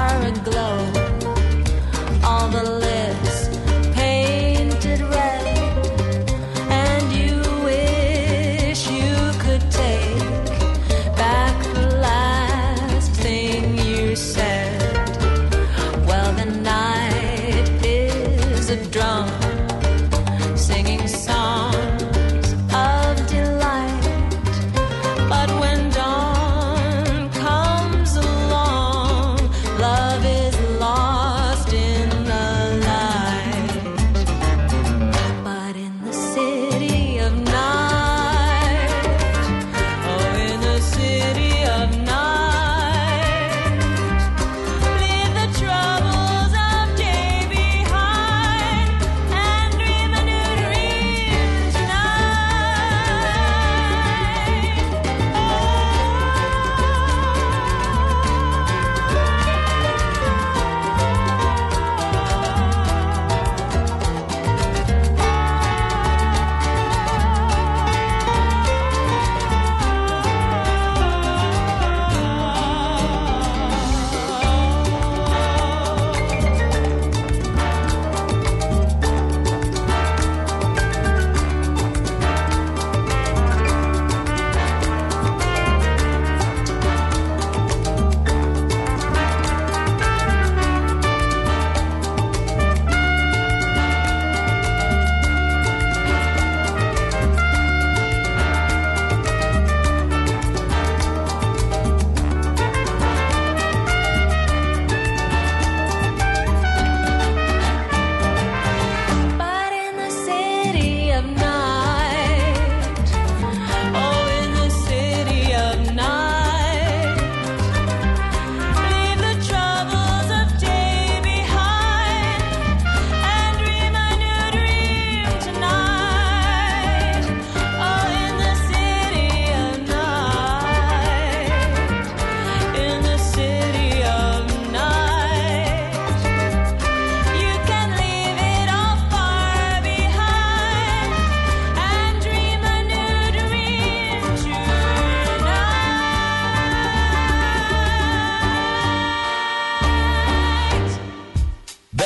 All the lips painted red.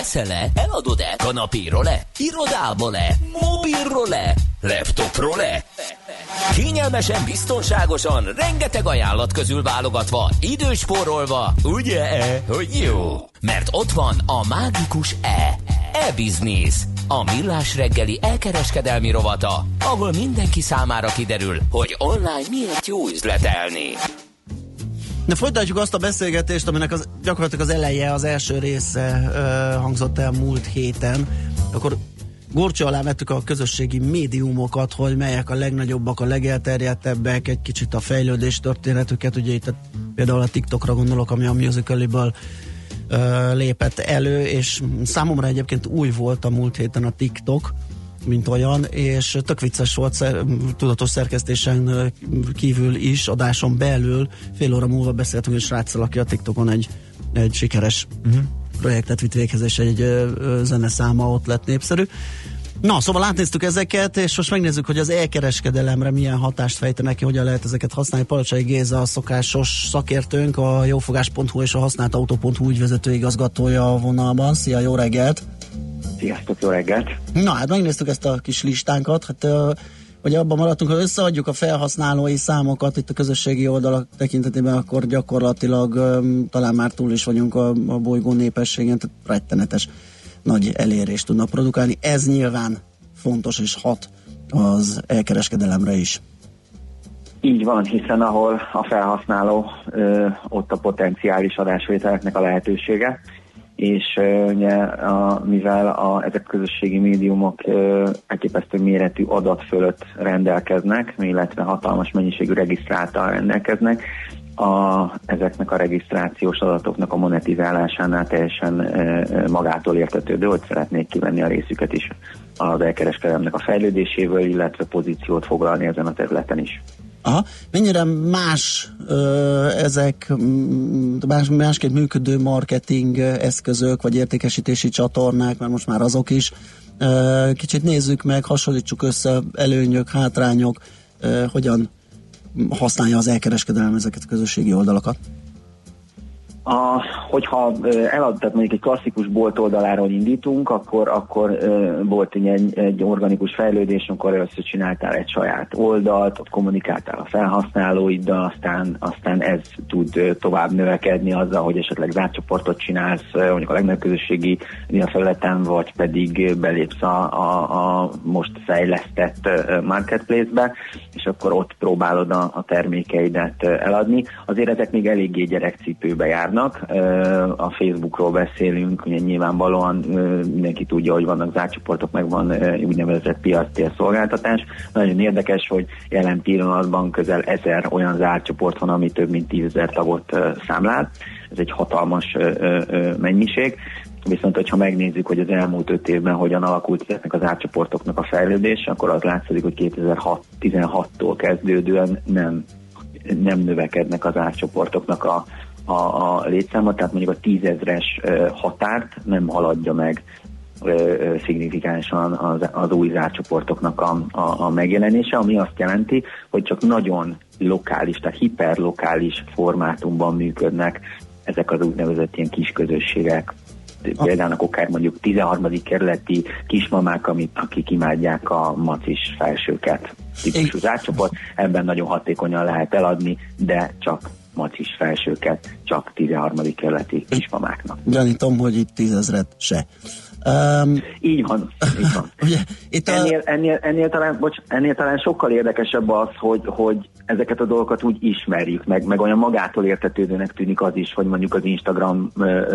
Veszel-e? Eladod-e? Kanapéról-e? Irodából-e? Mobilról-e? Laptopról-e? Kényelmesen, biztonságosan, rengeteg ajánlat közül válogatva, időspórolva, ugye, hogy jó? Mert ott van a mágikus E-Business, a millás reggeli elkereskedelmi rovata, ahol mindenki számára kiderül, hogy online miért jó üzletelni. De folytatjuk azt a beszélgetést, aminek gyakorlatilag az eleje, az első része hangzott el múlt héten. Akkor górcső alá vettük a közösségi médiumokat, hogy melyek a legnagyobbak, a legelterjedtebbek, egy kicsit a fejlődés történetüket, ugye itt például a TikTokra gondolok, ami a Musical.ly-ből lépett elő, és számomra egyébként új volt a múlt héten a TikTok, mint olyan, és tök vicces volt tudatos szerkesztésen kívül is, adáson belül, fél óra múlva beszéltünk egy sráccal, aki a TikTokon egy sikeres projektet vitt véghez, és egy zeneszáma ott lett népszerű. Na, szóval átnéztük ezeket, és most megnézzük, hogy az elkereskedelemre milyen hatást fejtenek ki, hogyan lehet ezeket használni. Palacsai Géza, a szokásos szakértőnk, a jófogás.hu és a használtautó.hu ügyvezető igazgatója a vonalban. Szia, jó reggelt! Sziasztok, jó reggelt! Na, hát megnéztük ezt a kis listánkat, hát hogy abban maradtunk, hogy összeadjuk a felhasználói számokat itt a közösségi oldalak tekintetében, akkor gyakorlatilag talán már túl is vagyunk a bolygó népességen, tehát rettenetes nagy elérést tudnak produkálni. Ez nyilván fontos és hat az elkereskedelemre is. Így van, hiszen ahol a felhasználó, ott a potenciális adásvételeknek a lehetősége, és mivel ezek a közösségi médiumok elképesztő méretű adat fölött rendelkeznek, illetve hatalmas mennyiségű regisztráltal rendelkeznek, ezeknek a regisztrációs adatoknak a monetizálásánál teljesen magától értetődő, hogy szeretnék kivenni a részüket is az elkereskedelemnek a fejlődéséből, illetve pozíciót foglalni ezen a területen is. Aha. Mennyire más ezek másképp működő marketing eszközök, vagy értékesítési csatornák, mert most már azok is. Kicsit nézzük meg, hasonlítsuk össze előnyök, hátrányok, hogyan használja az elkereskedelem ezeket a közösségi oldalakat. Hogyha tehát mondjuk egy klasszikus bolt oldaláról indítunk, akkor volt egy organikus fejlődés, amikor először csináltál egy saját oldalt, ott kommunikáltál a felhasználóiddal, aztán ez tud tovább növekedni azzal, hogy esetleg zárcsoportot csinálsz, mondjuk a legnagyobb közösségi felületen, vagy pedig belépsz a most fejlesztett marketplace-be, és akkor ott próbálod a termékeidet eladni. Azért ezek még eléggé gyerekcipőbe járnak. A Facebookról beszélünk, ugye nyilvánvalóan mindenki tudja, hogy vannak zárcsoportok, meg van úgynevezett piactér szolgáltatás. Nagyon érdekes, hogy jelen pillanatban közel 1000 olyan zárcsoport van, ami több mint 10 000 tagot számlál. Ez egy hatalmas mennyiség. Viszont, hogyha megnézzük, hogy az elmúlt 5 évben hogyan alakult ezeknek az árcsoportoknak a fejlődése, akkor az látszik, hogy 2016-tól kezdődően nem növekednek az árcsoportoknak a létszáma, tehát mondjuk a 10 000-es határt nem haladja meg szignifikánsan az új zárcsoportoknak a megjelenése, ami azt jelenti, hogy csak nagyon lokális, tehát hiperlokális formátumban működnek ezek az úgynevezett ilyen kis közösségek. Például akár mondjuk 13. kerületi kismamák, akik imádják a macis felsőket típusú zárcsoport, ebben nagyon hatékonyan lehet eladni, de csak macis felsőket, csak 13. kerületi kismamáknak. Gyanítom, hogy itt 10 000 se. Így van. Ugye, ennél talán sokkal érdekesebb az, hogy ezeket a dolgokat úgy ismerjük, meg olyan magától értetődőnek tűnik az is, hogy mondjuk az Instagramon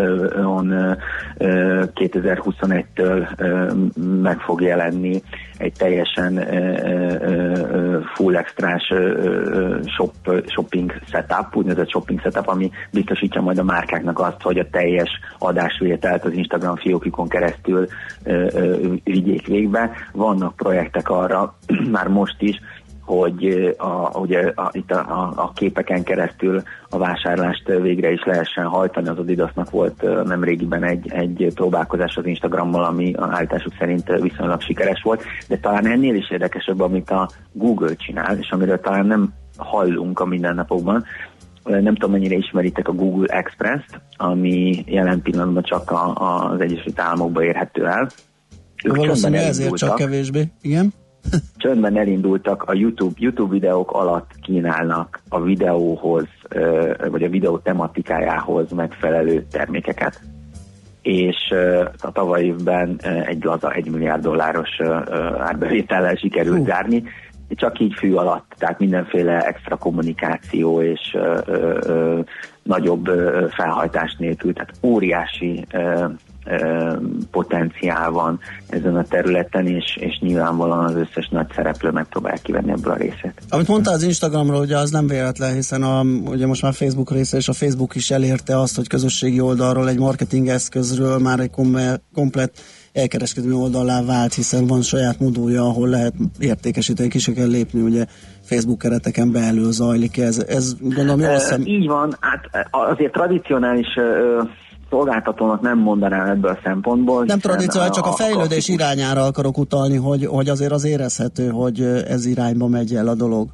2021-től meg fog jelenni egy teljesen full extrás shopping setup, úgynevezett shopping setup, ami biztosítja majd a márkáknak azt, hogy a teljes adásvételt az Instagram fiókjukon keresztül vigyék végbe. Vannak projektek arra már most is, hogy itt a képeken keresztül a vásárlást végre is lehessen hajtani. Az Adidasnak volt nemrégiben egy próbálkozás az Instagrammal, ami állításuk szerint viszonylag sikeres volt, de talán ennél is érdekesebb, amit a Google csinál, és amiről talán nem hallunk a mindennapokban, nem tudom, mennyire ismeritek a Google Express-t, ami jelen pillanatban csak az Egyesült Államokban érhető el. Valószínűleg ezért csak kevésbé, igen. Csöndben elindultak, a YouTube videók alatt kínálnak a videóhoz, vagy a videó tematikájához megfelelő termékeket, és a tavaly évben egy laza $1 milliárd árbevétellel sikerült zárni, csak így fű alatt, tehát mindenféle extra kommunikáció és nagyobb felhajtás nélkül, tehát óriási potenciál van ezen a területen, és nyilvánvalóan az összes nagy szereplő megpróbál kivenni ebből a részét. Amit mondtál az Instagramról, ugye az nem véletlen, hiszen ugye most már Facebook része, és a Facebook is elérte azt, hogy közösségi oldalról egy marketing eszközről már egy komplet elkereskedő oldallá vált, hiszen van saját modulja, ahol lehet értékesíteni, ki se kell lépni, ugye Facebook kereteken belül zajlik ez gondolom jól így van, hát azért tradicionális szolgáltatónak nem mondanám ebből a szempontból. Nem tradicionális, csak a fejlődés irányára akarok utalni, hogy azért az érezhető, hogy ez irányba megy el a dolog.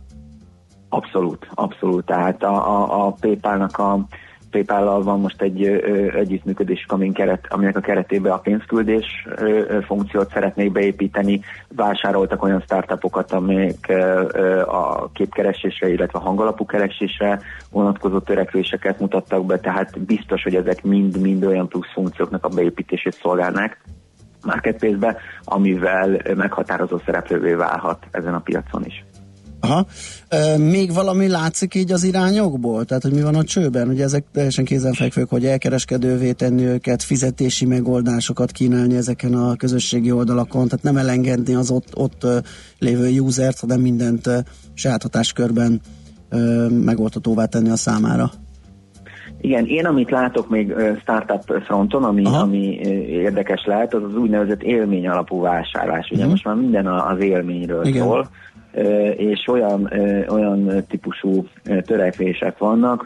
Abszolút. Tehát a PayPal-lal van most egy együttműködésük, aminek a keretében a pénzküldés funkciót szeretnék beépíteni. Vásároltak olyan startupokat, amelyek a képkeresésre, illetve a hangalapú keresésre vonatkozó törekvéseket mutattak be, tehát biztos, hogy ezek mind olyan plusz funkcióknak a beépítését szolgálnák Marketplace-be, amivel meghatározó szereplővé válhat ezen a piacon is. Aha. Még valami látszik így az irányokból? Tehát, hogy mi van a csőben? Ugye ezek teljesen kézenfekvők, hogy elkereskedővé tenni őket, fizetési megoldásokat kínálni ezeken a közösségi oldalakon, tehát nem elengedni az ott lévő usert, hanem mindent saját hatáskörben megoldhatóvá tenni a számára. Igen, én amit látok még startup fronton, ami érdekes lehet, az úgynevezett élmény alapú vásárlás. Ugye most már minden az élményről szól, és olyan típusú törekvések vannak,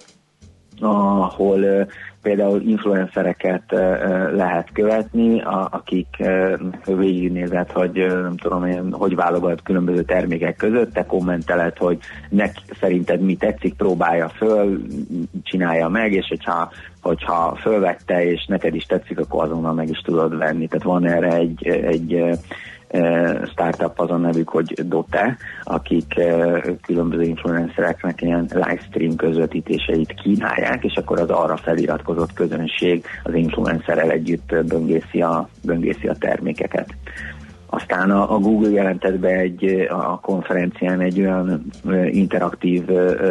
ahol például influencereket lehet követni, akik végignézed, hogy nem tudom én, hogy válogat különböző termékek között, te kommenteled, hogy szerinted mi tetszik, próbálja föl, csinálja meg, és hogyha fölvette, és neked is tetszik, akkor azonnal meg is tudod venni. Tehát van erre egy startup, az a nevük, hogy Dote, akik különböző influencereknek ilyen livestream közvetítéseit kínálják, és akkor az arra feliratkozott közönség az influencerrel együtt böngészi a termékeket. Aztán a Google jelentett be a konferencián egy olyan interaktív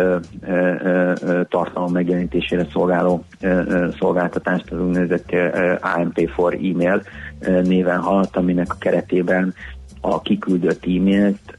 tartalom megjelenítésére szolgáló szolgáltatást, az úgynevezett AMP4 e-mail néven haladt, aminek a keretében a kiküldött e-mailt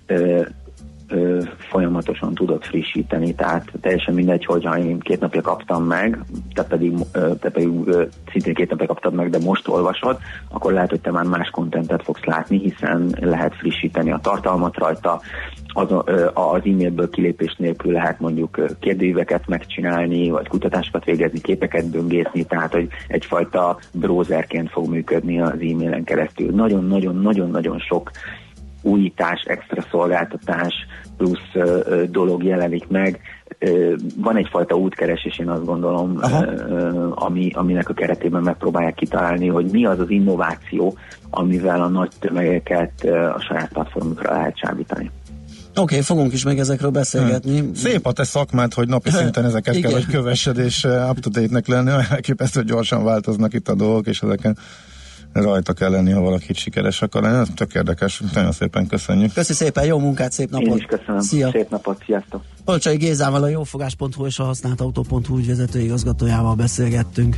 folyamatosan tudod frissíteni, tehát teljesen mindegy, hogyha én 2 napja kaptam meg, te pedig szintén 2 napja kaptad meg, de most olvasod, akkor lehet, hogy te már más kontentet fogsz látni, hiszen lehet frissíteni a tartalmat rajta, az e-mailből kilépés nélkül lehet mondjuk kérdőíveket megcsinálni, vagy kutatásokat végezni, képeket böngészni, tehát hogy egyfajta browserként fog működni az e-mailen keresztül. Nagyon-nagyon sok újítás, extra szolgáltatás plusz dolog jelenik meg. Van egyfajta útkeresés, én azt gondolom, aminek a keretében megpróbálják kitalálni, hogy mi az az innováció, amivel a nagy tömegeket a saját platformukra lehet csábítani. Oké, fogunk is meg ezekről beszélgetni. Szép a te szakmád, hogy napi szinten ezeket kell, hogy kövessed, és up-to-date-nek lenni. Elképesztő, hogy gyorsan változnak itt a dolgok, és ezeken rajta kell lenni, ha valaki sikeres akar lenni. Ez tök érdekes. Nagyon szépen köszönjük. Köszi szépen, jó munkát, szép napot. Én is köszönöm. Szia. Szép napot, sziasztok. Polcsai Gézával, a jófogás.hu és a használtautó.hu ügyvezető igazgatójával beszélgettünk.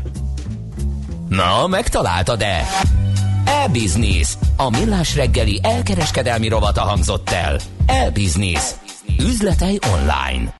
Na, megtaláltad-e? E-Business. A millás reggeli elkereskedelmi rovata hangzott el. E-Business. Üzletei online.